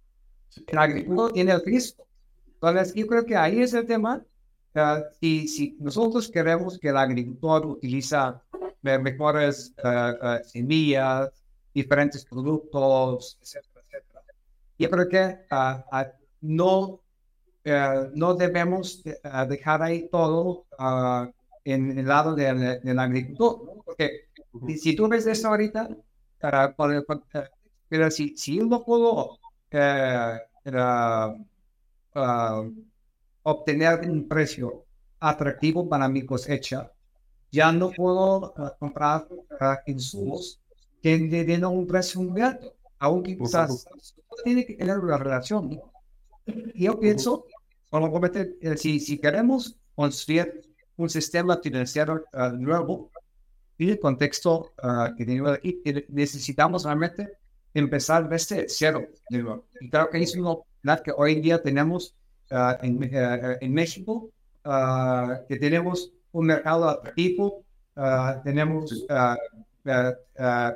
El agricultor tiene el riesgo. Entonces, yo creo que ahí es el tema. Uh, si, si nosotros queremos que el agricultor utilice me mejores uh, uh, semillas, diferentes productos, etcétera, etcétera. Yo creo que uh, uh, no, uh, no debemos uh, dejar ahí todo uh, en el lado del, del agricultor, ¿no? Porque Uh-huh. si, si tú ves esto ahorita, uh, por, uh, pero si, si yo no puedo uh, uh, uh, obtener un precio atractivo para mi cosecha, ya no puedo uh, comprar uh, insumos que den un precio muy alto, aunque quizás uh-huh. tiene que tener una relación, ¿no? Yo pienso, uh-huh. eh, si, si queremos construir un sistema financiero uh, nuevo, y el contexto uh, que tenemos aquí, necesitamos realmente empezar desde cero. Y creo que es una oportunidad que hoy en día tenemos uh, en, uh, en México, uh, que tenemos un mercado atractivo, uh, tenemos uh, uh, uh,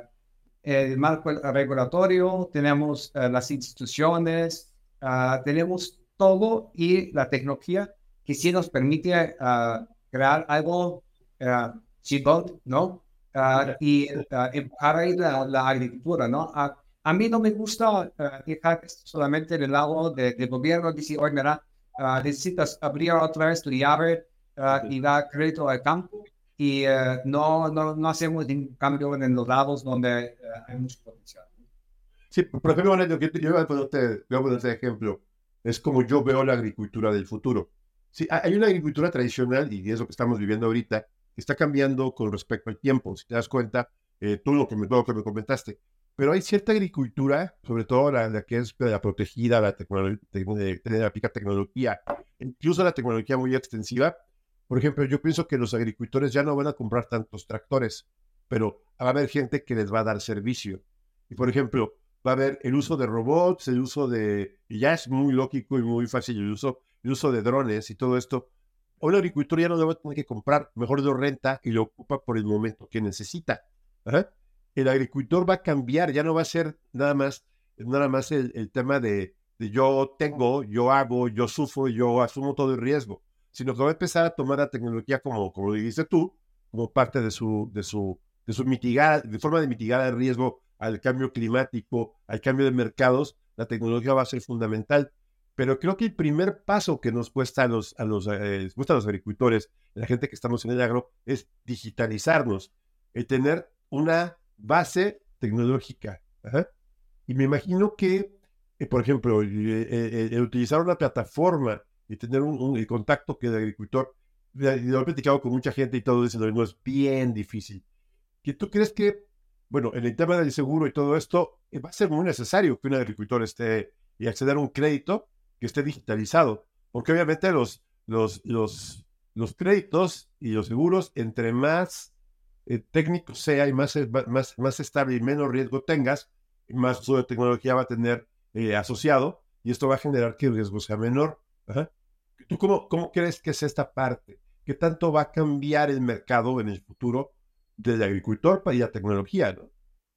el marco regulatorio, tenemos uh, las instituciones, uh, tenemos todo y la tecnología que sí nos permite uh, crear algo uh, chingón, ¿no? Uh, y uh, empujar ahí la, la agricultura, ¿no? Uh, a mí no me gusta uh, dejar solamente del lado del de gobierno, decir, oye, mira, uh, necesitas abrir otra vez tu llave uh, y dar crédito al campo y uh, no, no, no hacemos ningún cambio en los lados donde uh, hay mucho potencial. Sí, por ejemplo, bueno, yo, yo voy a ponerte, voy a ponerte ejemplo. Es como yo veo la agricultura del futuro. Sí, hay una agricultura tradicional, y es lo que estamos viviendo ahorita, que está cambiando con respecto al tiempo. Si te das cuenta, eh, todo, lo que me, todo lo que me comentaste. Pero hay cierta agricultura, sobre todo la, la que es la protegida, la tecnología, la aplica tecnología, incluso la tecnología muy extensiva. Por ejemplo, yo pienso que los agricultores ya no van a comprar tantos tractores, pero va a haber gente que les va a dar servicio. Y por ejemplo, va a haber el uso de robots, el uso de, y ya es muy lógico y muy fácil el uso, el uso de drones y todo esto. Hoy el agricultor ya no lo va a tener que comprar, mejor lo renta y lo ocupa por el momento que necesita. Ajá. El agricultor va a cambiar, ya no va a ser nada más, nada más el, el tema de, de yo tengo, yo hago, yo sufro, yo asumo todo el riesgo, sino que va a empezar a tomar la tecnología como, como dijiste tú, como parte de su, de su, de su mitigar, de forma de mitigar el riesgo al cambio climático, al cambio de mercados. La tecnología va a ser fundamental. Pero creo que el primer paso que nos cuesta a los, a los, eh, cuesta a los agricultores, la gente que estamos en el agro, es digitalizarnos, el tener una base tecnológica. Ajá. Y me imagino que, eh, por ejemplo, el, el, el utilizar una plataforma y tener un, un el contacto que el agricultor, lo he platicado con mucha gente y todo eso, no es bien difícil. ¿Que tú crees que, bueno, en el tema del seguro y todo esto, eh, va a ser muy necesario que un agricultor esté y acceder a un crédito que esté digitalizado? Porque obviamente los, los, los, los créditos y los seguros, entre más eh, técnico sea y más, más, más estable y menos riesgo tengas, más uso de tecnología va a tener eh, asociado, y esto va a generar que el riesgo sea menor. Ajá. ¿Tú cómo, cómo crees que es esta parte? ¿Qué tanto va a cambiar el mercado en el futuro del agricultor y la tecnología, ¿no?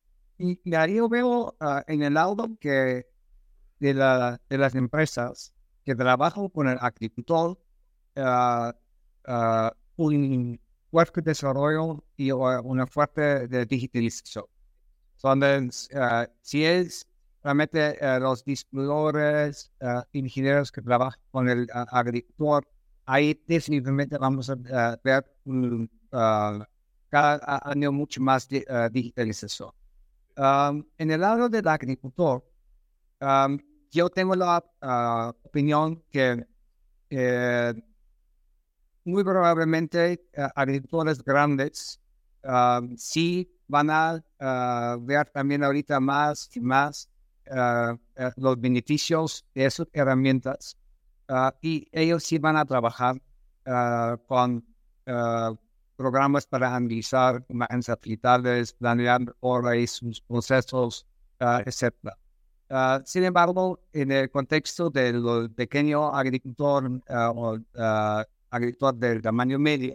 Y yo veo uh, en el lado que de, la, de las empresas que trabajan con el agricultor, uh, uh, un fuerte desarrollo y uh, una fuerte de digitalización. Entonces, uh, si es realmente uh, los distribuidores, uh, ingenieros que trabajan con el uh, agricultor, ahí definitivamente vamos a uh, ver un, uh, cada año mucho más de, uh, digitalización. Um, en el lado del agricultor, um, yo tengo la uh, opinión que eh, muy probablemente uh, agricultores grandes uh, sí van a uh, ver también ahorita más y más uh, uh, los beneficios de esas herramientas uh, y ellos sí van a trabajar uh, con uh, programas para analizar imágenes satelitales, planear horas, sus procesos, uh, etcétera. Uh, sin embargo, en el contexto del pequeño agricultor uh, o uh, agricultor del tamaño medio,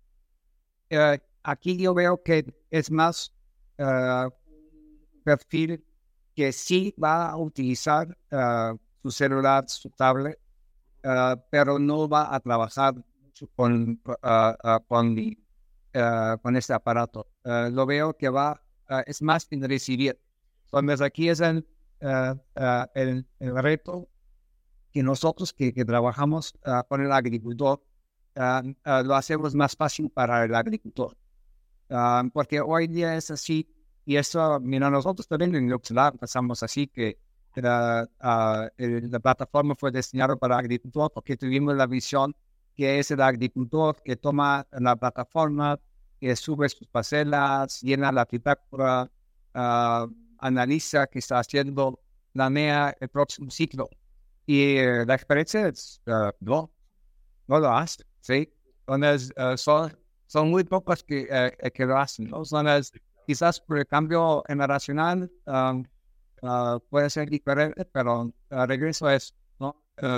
uh, aquí yo veo que es más uh, perfil que sí va a utilizar uh, su celular, su tablet, uh, pero no va a trabajar mucho con, uh, uh, con, uh, con este aparato. Uh, lo veo que va, uh, es más en recibir. Entonces aquí es el Uh, uh, el, el reto que nosotros que, que trabajamos uh, con el agricultor uh, uh, lo hacemos más fácil para el agricultor uh, porque hoy día es así y eso, mira, nosotros también en Luxlar pasamos así que uh, uh, el, la plataforma fue diseñada para el agricultor porque tuvimos la visión que es el agricultor que toma la plataforma, que sube sus parcelas, llena la bitácora, uh, analiza qué está haciendo, planea el próximo ciclo. Y uh, la experiencia es, uh, no, no lo hace, ¿sí? Entonces, uh, son, son muy pocos que, uh, que lo hacen, ¿no? Entonces, quizás por el cambio generacional um, uh, puede ser diferente, pero uh, regreso a eso, ¿no? Uh,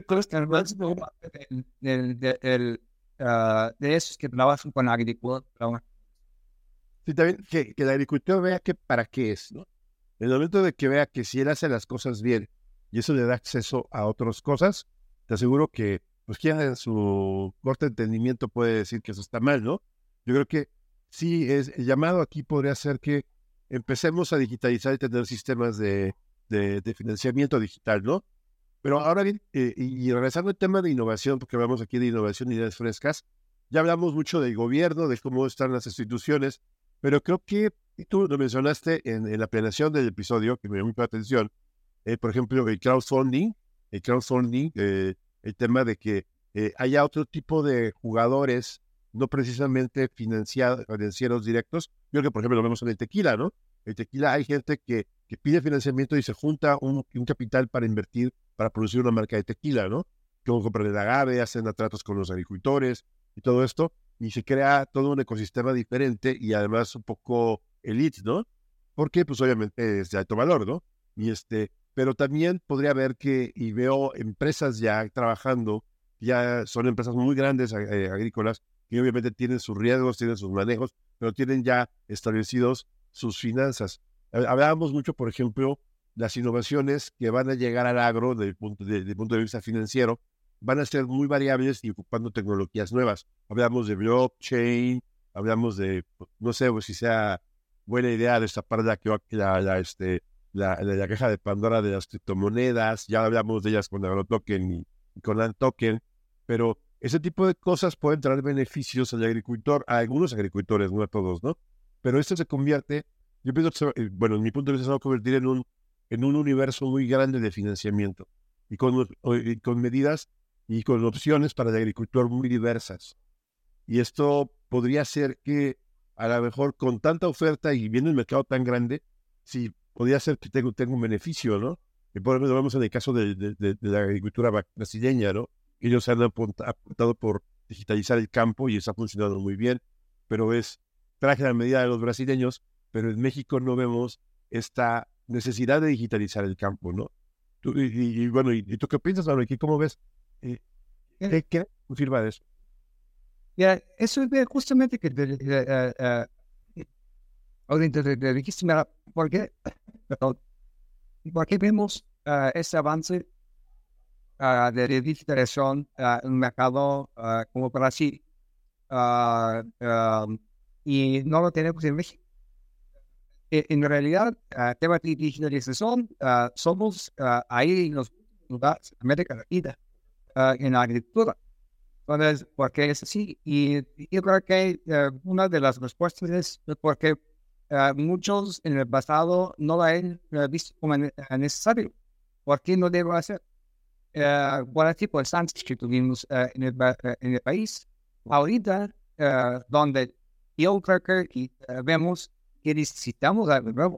de, de, de, uh, de esos que trabajan con agricultura. Sí, también que, que el agricultor vea que para qué es, ¿no? En el momento de que vea que si él hace las cosas bien y eso le da acceso a otras cosas, te aseguro que, pues, quien en su corto entendimiento puede decir que eso está mal, ¿no? Yo creo que sí, es, el llamado aquí podría ser que empecemos a digitalizar y tener sistemas de, de, de financiamiento digital, ¿no? Pero ahora bien, eh, y, y regresando al tema de innovación, porque hablamos aquí de innovación y ideas frescas, ya hablamos mucho del gobierno, de cómo están las instituciones, pero creo que y tú lo mencionaste en, en la planeación del episodio, que me dio mucha atención, eh, por ejemplo, el crowdfunding, el crowdfunding, eh, el tema de que eh, haya otro tipo de jugadores, no precisamente financiados, financieros directos. Yo creo que, por ejemplo, lo vemos en el tequila, ¿no? El tequila hay gente que, que pide financiamiento y se junta un, un capital para invertir, para producir una marca de tequila, ¿no? Como compran el agave, hacen tratos con los agricultores y todo esto, y se crea todo un ecosistema diferente y además un poco elite, ¿no? Porque, pues, obviamente es de alto valor, ¿no? Y este, pero también podría ver que, y veo empresas ya trabajando, ya son empresas muy grandes eh, agrícolas, que obviamente tienen sus riesgos, tienen sus manejos, pero tienen ya establecidos sus finanzas. Hablábamos mucho, por ejemplo, las innovaciones que van a llegar al agro desde el punto de, de, punto de vista financiero, van a ser muy variables y ocupando tecnologías nuevas. Hablamos de blockchain, hablamos de, no sé pues, si sea buena idea destapar la, la, la, este, la, la, la caja de Pandora de las criptomonedas, ya hablamos de ellas con AgroToken y, y con AntToken, pero ese tipo de cosas pueden traer beneficios al agricultor, a algunos agricultores, no a todos, ¿no? Pero esto se convierte, yo pienso que, bueno, en mi punto de vista se va a convertir en un, en un universo muy grande de financiamiento y con, y con medidas y con opciones para el agricultor muy diversas. Y esto podría ser que a lo mejor con tanta oferta y viendo el mercado tan grande, sí, podría ser que tenga, tenga un beneficio, ¿no? Y por ejemplo, vemos en el caso de, de, de, de la agricultura brasileña, ¿no? Ellos han apuntado por digitalizar el campo y está funcionando muy bien, pero es traje a la medida de los brasileños, pero en México no vemos esta necesidad de digitalizar el campo, ¿no? Tú, y, y, y bueno, ¿y, ¿y tú qué piensas, Manuel? ¿Cómo ves? Eh, ¿Qué, qué confirma de eso? Yeah, eso es justamente que te, uh, uh, ahorita te, te dijiste, mira, ¿por qué, ¿por qué vemos uh, ese avance uh, de digitalización uh, en un mercado uh, como Brasil? uh, um, y no lo tenemos en México. E- En realidad, uh, tema de digitalización, uh, somos uh, ahí en los lugares de América Latina, uh, en la agricultura. Entonces, ¿por qué es así? Y yo creo que uh, una de las respuestas es porque uh, muchos en el pasado no lo han uh, visto como ne- necesario. ¿Por qué no debo hacer? Uh, por el tipo de estancias que tuvimos uh, en, el, pa- uh, en el país. Ahorita, uh, donde yo creo que y, uh, vemos que necesitamos algo nuevo.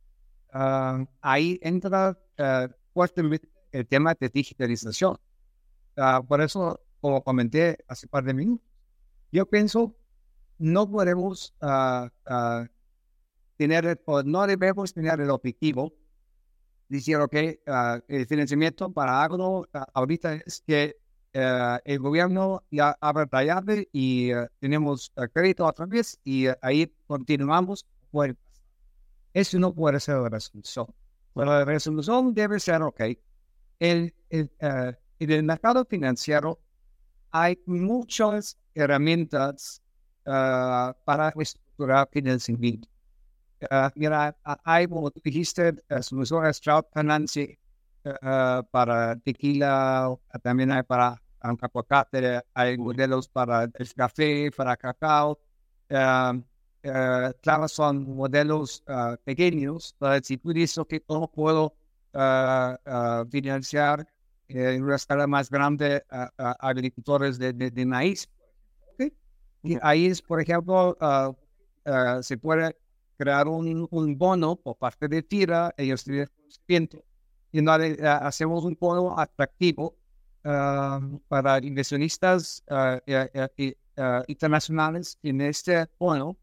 Uh, ahí entra uh, fuertemente el tema de digitalización. Uh, por eso, como comenté hace par de minutos, yo pienso no podemos uh, uh, tener, o no debemos tener el objetivo de decir, ok, uh, el financiamiento para agro uh, ahorita es que uh, el gobierno ya abre la llave y uh, tenemos uh, crédito otra vez y uh, ahí continuamos. Bueno, eso no puede ser la resolución. Pero la resolución debe ser, ok, el, el, uh, en el mercado financiero hay muchas herramientas uh, para estructurar financiamiento. Uh, mira, uh, hay, como tú dijiste, uh, soluciones crowdfunding uh, para tequila, uh, también hay para um, aguacate, hay modelos para el café, para cacao. Uh, uh, claro, son modelos uh, pequeños, pero si tú dices que no puedo uh, uh, financiar eh, en una escala más grande a, a agricultores de, de, de maíz. ¿Okay? Y ahí es, por ejemplo, uh, uh, se puede crear un, un bono por parte de FIRA, ellos tienen conocimiento, y no, uh, hacemos un bono atractivo uh, para inversionistas uh, uh, uh, uh, internacionales en este bono,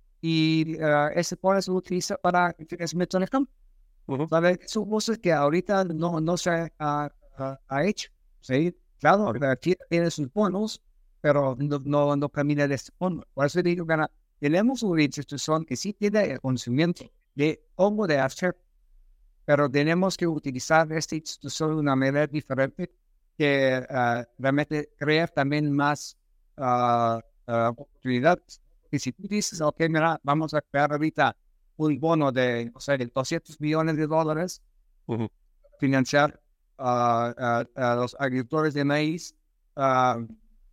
y uh, ese bono se utiliza para financiamiento en el campo. Ujú. ¿Sabes? Son cosas que ahorita no, no se ha, ha, ha hecho. ¿Sí? Claro, aquí tiene sus bonos, pero no, no, no camina de este bono. Por eso digo que tenemos una institución que sí tiene el conocimiento de cómo de hacer, pero tenemos que utilizar esta institución de una manera diferente que uh, realmente crea también más uh, uh, oportunidades. Y si tú dices, ok, mira, vamos a crear ahorita un bono de, o sea, de doscientos millones de dólares, Ujú. financiar uh, uh, a los agricultores de maíz, uh,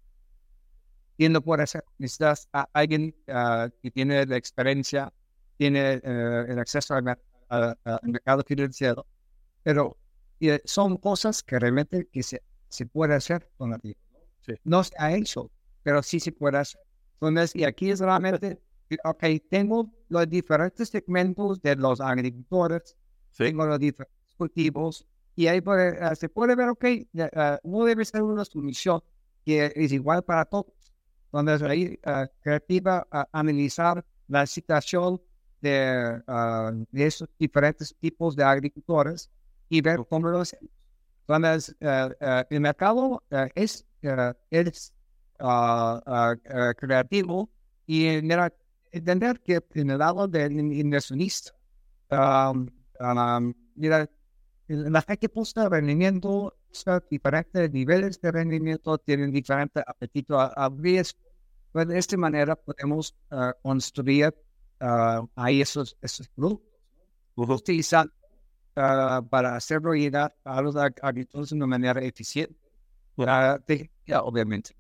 y no puede ser. Necesitas a alguien uh, que tiene la experiencia, tiene uh, el acceso al, mer a, a, al mercado financiero, pero y, son cosas que realmente que se, se puede hacer con la vida. Sí. No se ha hecho, pero sí se puede hacer. Entonces, y aquí es realmente, ok, tengo los diferentes segmentos de los agricultores, Sí. tengo los diferentes cultivos, y ahí puede, uh, se puede ver, ok, uh, no debe ser una solución que es igual para todos. Entonces, ahí, uh, creativa, uh, analizar la situación de, uh, de esos diferentes tipos de agricultores y ver cómo lo hacemos. Entonces, uh, uh, el mercado uh, es, uh, es uh, uh, uh, creativo y mira, entender que en el lado del inversionista, um, um, mira, la gente busca rendimiento, busca diferentes niveles de rendimiento, tienen diferente apetito a, a riesgo. Pues de esta manera podemos uh, construir uh, ahí esos, esos productos, Ujú. utilizar uh, para hacerlo llegar a los ag- agricultores de una manera eficiente, uh, de- ya, obviamente.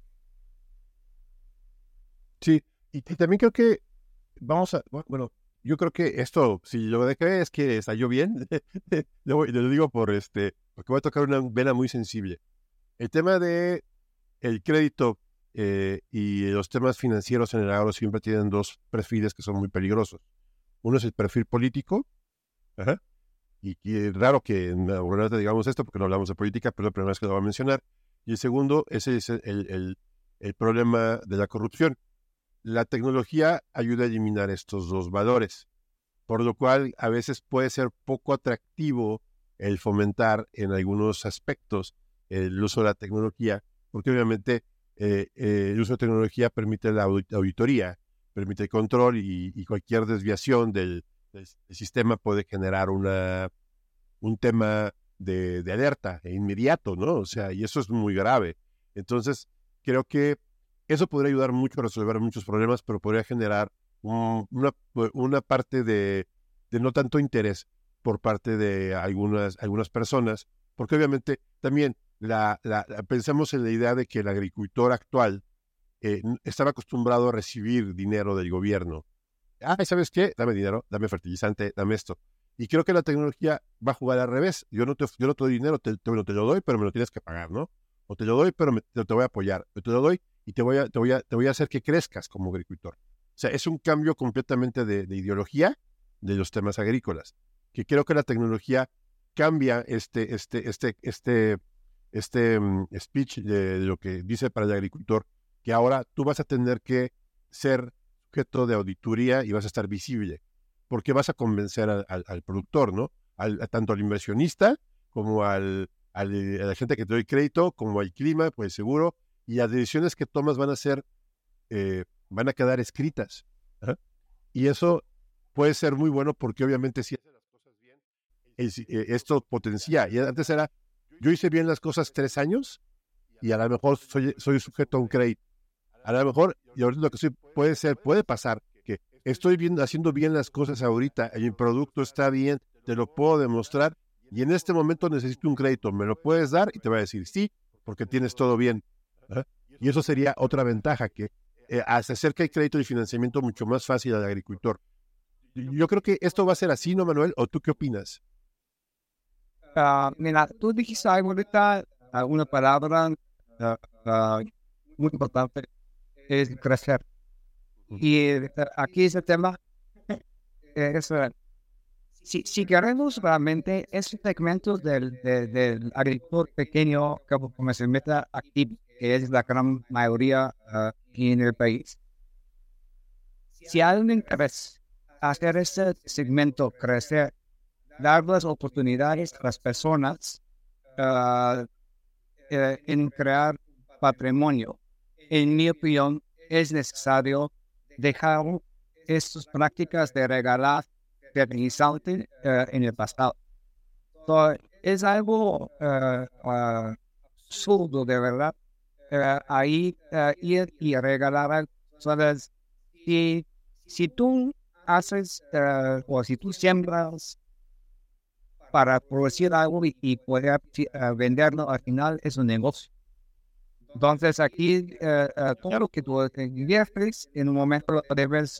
Sí, y, y también creo que vamos a, bu- bueno, yo creo que esto, si lo de crees que salió bien, lo, voy- lo digo por este, porque voy a tocar una vena muy sensible. El tema de el crédito eh, y los temas financieros en el agro siempre tienen dos perfiles que son muy peligrosos. Uno es el perfil político, ajá, y, y es raro que en la Agronáutica digamos esto porque no hablamos de política, pero es la primera vez que lo voy a mencionar. Y el segundo, ese es el, el, el problema de la corrupción. La tecnología ayuda a eliminar estos dos valores, por lo cual a veces puede ser poco atractivo el fomentar en algunos aspectos el uso de la tecnología, porque obviamente eh, eh, el uso de tecnología permite la auditoría, permite el control y, y cualquier desviación del, del, del, sistema puede generar una, un tema de, de alerta e inmediato, ¿no? O sea, y eso es muy grave. Entonces, creo que Eso podría ayudar mucho a resolver muchos problemas, pero podría generar un, una, una parte de, de no tanto interés por parte de algunas, algunas personas, porque obviamente también la, la, la, pensamos en la idea de que el agricultor actual eh, estaba acostumbrado a recibir dinero del gobierno. Ah, ¿sabes qué? Dame dinero, dame fertilizante, dame esto. Y creo que la tecnología va a jugar al revés. Yo no te, yo no te doy dinero, te, te, bueno, te lo doy, pero me lo tienes que pagar, ¿no? O te lo doy, pero me, te, te voy a apoyar. O te lo doy y te voy, a, te, voy a, te voy a hacer que crezcas como agricultor. O sea, es un cambio completamente de, de ideología de los temas agrícolas, que creo que la tecnología cambia este, este, este, este, este um, speech de, de lo que dice para el agricultor, que ahora tú vas a tener que ser sujeto de auditoría y vas a estar visible, porque vas a convencer al, al, al productor, ¿no? Al, a, tanto al inversionista como al, al, a la gente que te doy crédito, como al clima, pues seguro, y las decisiones que tomas van a ser, eh, van a quedar escritas. ¿eh? Y eso puede ser muy bueno porque obviamente si haces las cosas bien, es, eh, esto potencia. Y antes era, yo hice bien las cosas tres años y a lo mejor soy, soy sujeto a un crédito. A lo mejor, y ahorita lo que soy, puede ser, puede pasar, que estoy bien, haciendo bien las cosas ahorita, el producto está bien, te lo puedo demostrar, y en este momento necesito un crédito, ¿me lo puedes dar? Y te va a decir sí, porque tienes todo bien. ¿eh? Y eso sería otra ventaja, que eh, se acerca el crédito y financiamiento mucho más fácil al agricultor. Yo creo que esto va a ser así, ¿no, Manuel? ¿O tú qué opinas? Uh, mira, tú dijiste algo ahorita, uh, una palabra uh, uh, muy importante, es crecer. Y uh, aquí es el tema, es, uh, si, si queremos realmente ese segmento del, de, del agricultor pequeño, como, como se meta aquí, que es la gran mayoría uh, en el país, si hay un interés hacer ese segmento crecer, dar las oportunidades a las personas uh, eh, en crear patrimonio. En mi opinión, es necesario dejar estas prácticas de regalar fertilizante uh, en el pasado. So, es algo uh, uh, absurdo, de verdad, uh, ahí uh, ir y regalar. ¿Sabes? Si, si tú haces uh, o si tú siembras para producir algo y, y poder uh, venderlo al final, es un negocio. Entonces aquí uh, uh, todo lo que tú inviertes en un momento lo debes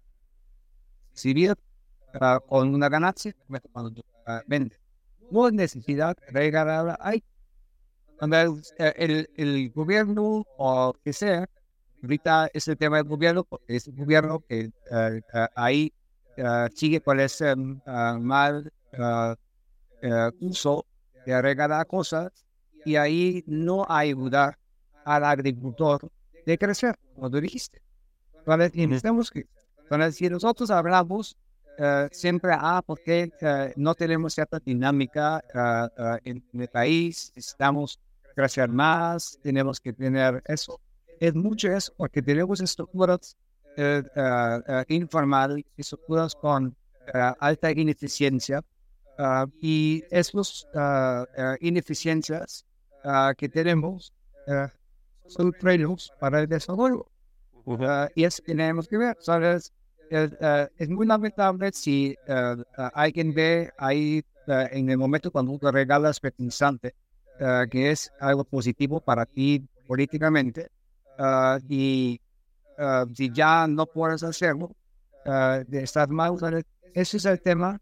recibir uh, con una ganancia cuando tú uh, vendes. No es necesidad de regalar ahí. Entonces, uh, el, el gobierno o que sea, ahorita es el tema del gobierno, porque es el gobierno que uh, uh, ahí uh, sigue con ese uh, mal uh, Uh, uso de regalar cosas y ahí no ayudar al agricultor de crecer, como tú dijiste. Entonces, necesitamos que, entonces, si nosotros hablamos uh, siempre, ah, porque uh, no tenemos cierta dinámica uh, uh, en, en el país, necesitamos crecer más, tenemos que tener eso. Es mucho eso, porque tenemos estructuras uh, uh, uh, informales, estructuras con uh, alta ineficiencia. Uh, y esas uh, uh, ineficiencias uh, que tenemos uh, son frenos para el desarrollo. Uh, y eso tenemos que ver. ¿Sabes? Es, uh, es muy lamentable si uh, uh, alguien ve ahí uh, en el momento cuando tú regalas fertilizante, uh, que es algo positivo para ti políticamente, uh, y uh, si ya no puedes hacerlo, uh, de estar mal. ¿Sabes? Ese es el tema.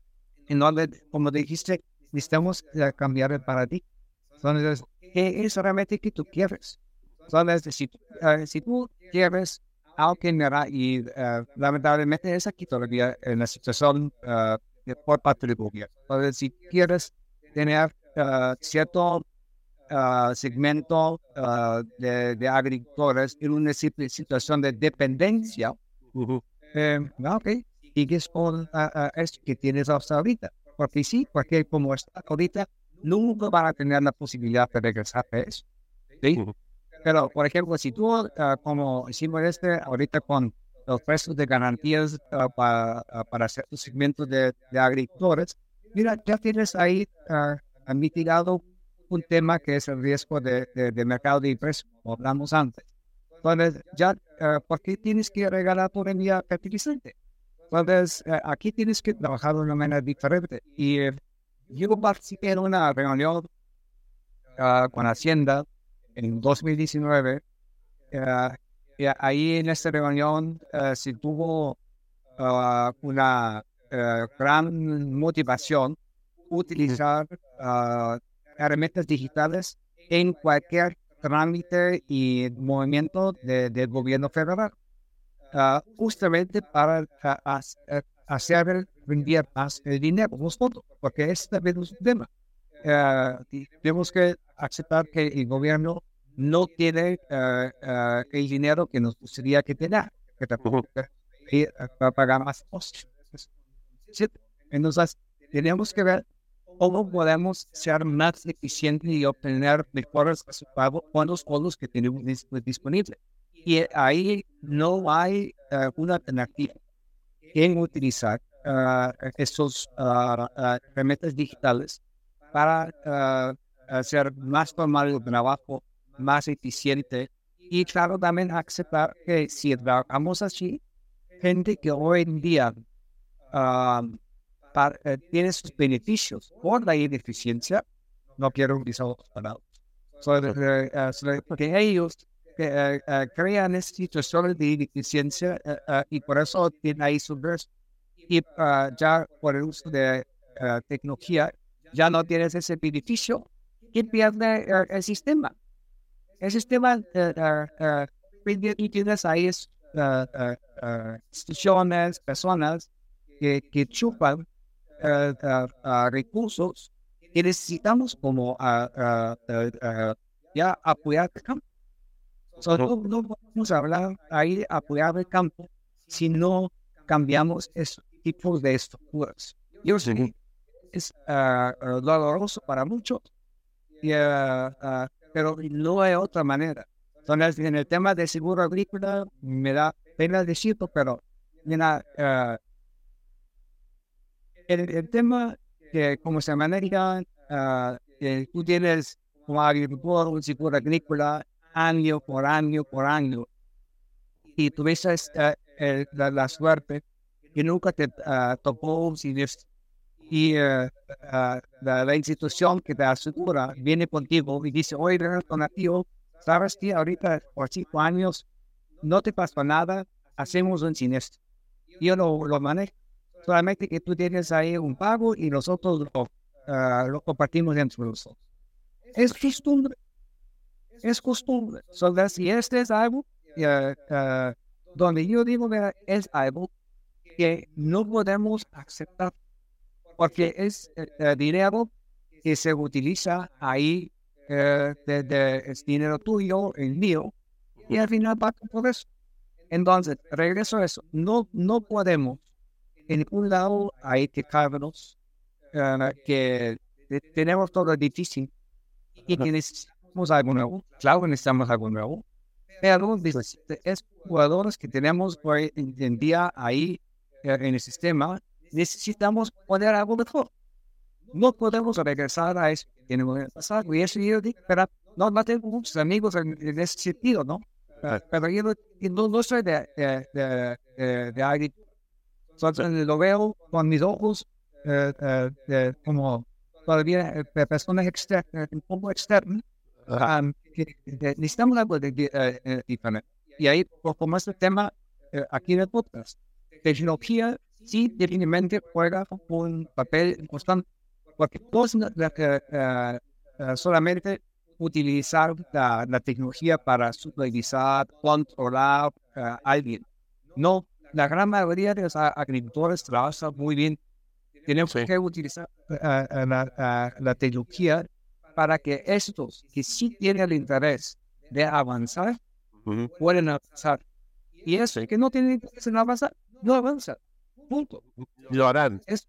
En donde, como dijiste, necesitamos uh, cambiar el paradigma. Entonces, ¿qué es realmente que tú quieres? Entonces, si, uh, si tú quieres algo que mira, y uh, lamentablemente es aquí todavía en la situación uh, de, por parte del gobierno. Entonces, si quieres tener uh, cierto uh, segmento uh, de, de agricultores en una situación de dependencia, uh-huh. eh, ok. Y que es por uh, uh, esto que tienes hasta ahorita. Porque sí, porque como está ahorita, nunca van a tener la posibilidad de regresar a eso. ¿Sí? Uh-huh. Pero, por ejemplo, si tú, uh, como hicimos este ahorita con los precios de garantías uh, para, uh, para ciertos segmentos de, de agricultores, mira, ya tienes ahí uh, mitigado un tema que es el riesgo de, de, de mercado de precios, como hablamos antes. Entonces, ya, uh, ¿por qué tienes que regalar por envía fertilizante? Entonces, uh, aquí tienes que trabajar de una manera diferente. Y uh, yo participé en una reunión uh, con Hacienda en dos mil diecinueve. Uh, y ahí en esta reunión uh, se tuvo uh, una uh, gran motivación utilizar uh, herramientas digitales en cualquier trámite y movimiento de, del gobierno federal, uh, justamente para uh, uh, hacer rendir más el dinero, los fondos, porque ese también es un tema. Uh, tenemos que aceptar que el gobierno no tiene uh, uh, el dinero que nos gustaría que tenga, que tampoco uh, para pagar más costos. Entonces, tenemos que ver cómo podemos ser más eficientes y obtener mejores resultados con los fondos que tenemos disponibles. Y ahí no hay uh, una alternativa en utilizar uh, estos uh, uh, herramientas digitales para uh, hacer más formal el trabajo, más eficiente. Y claro, también aceptar que si trabajamos así, gente que hoy en día uh, para, uh, tiene sus beneficios por la ineficiencia, no quiero utilizar otras palabras, so, uh, uh, so que ellos que, uh, uh, crean estas situaciones de ineficiencia uh, uh, y por eso tienen ahí su verso. Y uh, ya por el uso de uh, tecnología, ya no tienes ese beneficio y pierde uh, el sistema. El sistema, uh, uh, uh, y tienes ahí uh, uh, uh, instituciones, personas que, que chupan uh, uh, uh, recursos que necesitamos como uh, uh, uh, uh, ya apoyar el campo. So, no, no podemos hablar ahí de apoyar el campo si no cambiamos esos tipos de estructuras. Yo sé que es uh, uh, doloroso para muchos, y, uh, uh, pero no hay otra manera. Entonces, en el tema de seguro agrícola, me da pena decirlo, pero mira, uh, el, el tema que como se maneja, uh, que tú tienes como agricultor un seguro agrícola año por año por año, y tuviste uh, el, la, la suerte que nunca te uh, tocó un siniestro. Y uh, uh, la, la institución que te asegura viene contigo y dice, oye, donativo, sabes que ahorita por cinco años no te pasó nada, hacemos un siniestro. Yo lo, lo manejo, solamente que tú tienes ahí un pago y nosotros lo, uh, lo compartimos entre nosotros. Es costumbre, es costumbre. So, si este es algo uh, uh, donde yo digo que es algo que no podemos aceptar, porque es uh, dinero que se utiliza ahí, uh, de, de, es dinero tuyo, el mío, y al final va por eso. Entonces, regreso a eso, no, no podemos, en un lado hay que quejarnos, uh, que tenemos todo difícil y que necesitamos algo nuevo, claro, necesitamos algo nuevo, pero es jugadores que tenemos hoy en día ahí uh, en el sistema, necesitamos poner algo mejor. No podemos regresar a eso que tenemos en el pasado. Y eso yo digo, pero no, no tengo muchos amigos en, en ese sentido, ¿no? Uh, pero yo no, no, no soy de, de, de, de, de agricultura. Entonces lo veo con mis ojos uh, uh, de, como todavía uh, personas externas, un poco externas. Um, que, de, necesitamos algo de, de, uh, diferente. Y ahí, como este tema uh, aquí en el podcast, tecnología sí definitivamente juega un papel importante, porque no es uh, uh, uh, solamente utilizar la, la tecnología para supervisar, controlar uh, a alguien. No, la gran mayoría de los agricultores trabajan muy bien. Tenemos sí. que utilizar uh, uh, la, uh, la tecnología para que estos que sí tienen el interés de avanzar, uh-huh. pueden avanzar. Y eso sí. que no tienen interés en avanzar, no avanzan. Punto. Lo harán. Es,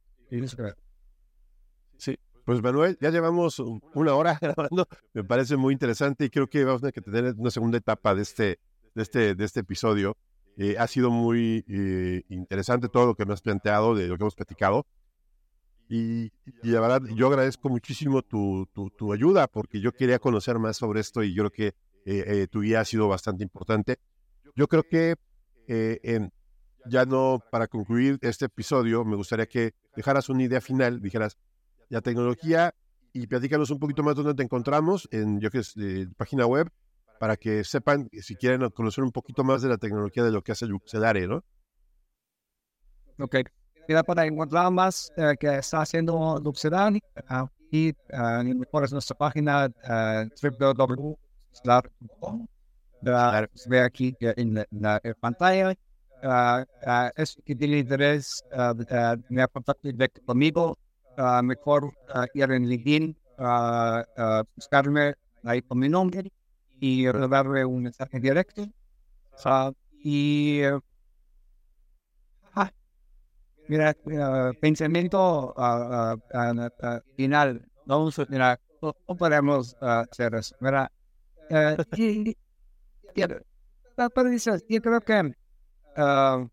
sí. Pues Manuel, ya llevamos una hora grabando, me parece muy interesante y creo que vamos a tener que tener una segunda etapa de este, de este, de este episodio. Eh, ha sido muy eh, interesante todo lo que me has planteado, de lo que hemos platicado. Y, y la verdad, yo agradezco muchísimo tu, tu, tu ayuda, porque yo quería conocer más sobre esto y yo creo que eh, eh, tu guía ha sido bastante importante. Yo creo que eh, en, ya no, para concluir este episodio, me gustaría que dejaras una idea final, dijeras, la tecnología, y platícanos un poquito más dónde te encontramos, en yo que es eh, página web, para que sepan, si quieren conocer un poquito más de la tecnología de lo que hace Luxedare, ¿no? Ok. Mira, para encontrar más eh, que está haciendo Luxedare, uh, y uh, por nuestra página uh, w w w punto com. Uh, se ve aquí uh, en, la, en la pantalla. Uh, uh, es que tiene interés uh, uh, me contacto directo conmigo. Uh, mejor uh, ir en LinkedIn, uh, uh, buscarme ahí con mi nombre y darle un mensaje directo. Uh, y uh, ah, mira, uh, pensamiento uh, uh, uh, uh, final. No, mira, no, no podemos uh, hacer eso. Mira, uh, y, y, y, pero dices, yo creo que uh,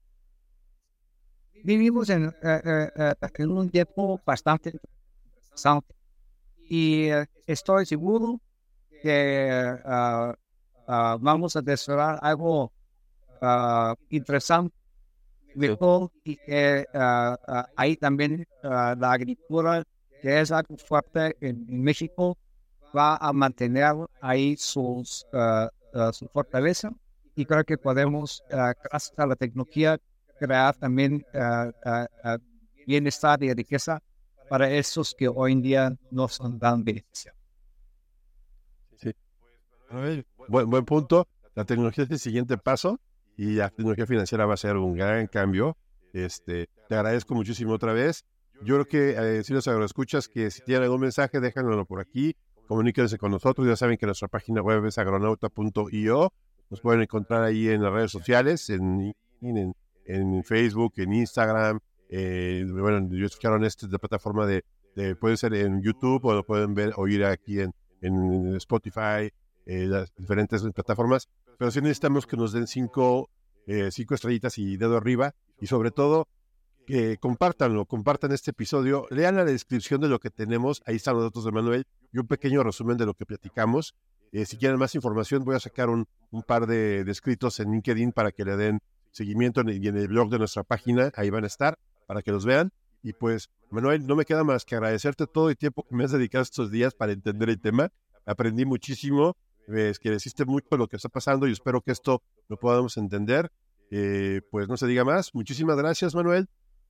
vivimos en, uh, uh, uh, en un tiempo bastante interesante y uh, estoy seguro que uh, uh, vamos a desarrollar algo uh, interesante mejor y que uh, uh, ahí también uh, la agricultura, que es algo fuerte en, en México, va a mantener ahí sus, uh, uh, su fortaleza y creo que podemos, uh, gracias a la tecnología, crear también uh, uh, uh, bienestar y riqueza para esos que hoy en día no son tan beneficiados. Sí. Buen, buen punto. La tecnología es el siguiente paso y la tecnología financiera va a ser un gran cambio. Este, te agradezco muchísimo otra vez. Yo creo que eh, si los agroescuchas, que si tienen algún mensaje, déjanoslo por aquí, comuníquense con nosotros. Ya saben que nuestra página web es agronauta punto io. Nos pueden encontrar ahí en las redes sociales, en, en, en Facebook, en Instagram. Eh, bueno, yo escucharon este de plataforma de, de, puede ser en YouTube o lo pueden ver, oír aquí en, en Spotify, eh, las diferentes plataformas. Pero sí necesitamos que nos den cinco, eh, cinco estrellitas y dedo arriba. Y sobre todo, que compártanlo, compartan este episodio, lean la descripción de lo que tenemos, ahí están los datos de Manuel y un pequeño resumen de lo que platicamos. Eh, si quieren más información, voy a sacar un, un par de, de escritos en LinkedIn para que le den seguimiento en el, y en el blog de nuestra página, ahí van a estar, para que los vean. Y pues, Manuel, no me queda más que agradecerte todo el tiempo que me has dedicado estos días para entender el tema. Aprendí muchísimo, es que deciste mucho lo que está pasando y espero que esto lo podamos entender. Eh, pues no se diga más. Muchísimas gracias, Manuel.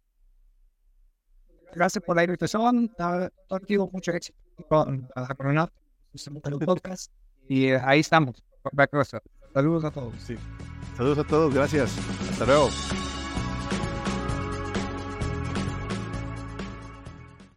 Gracias por la invitación. Uh, tengo mucho éxito con Agronauta, el podcast. Y uh, ahí estamos. Saludos a todos. Sí. Saludos a todos. Gracias. Hasta luego.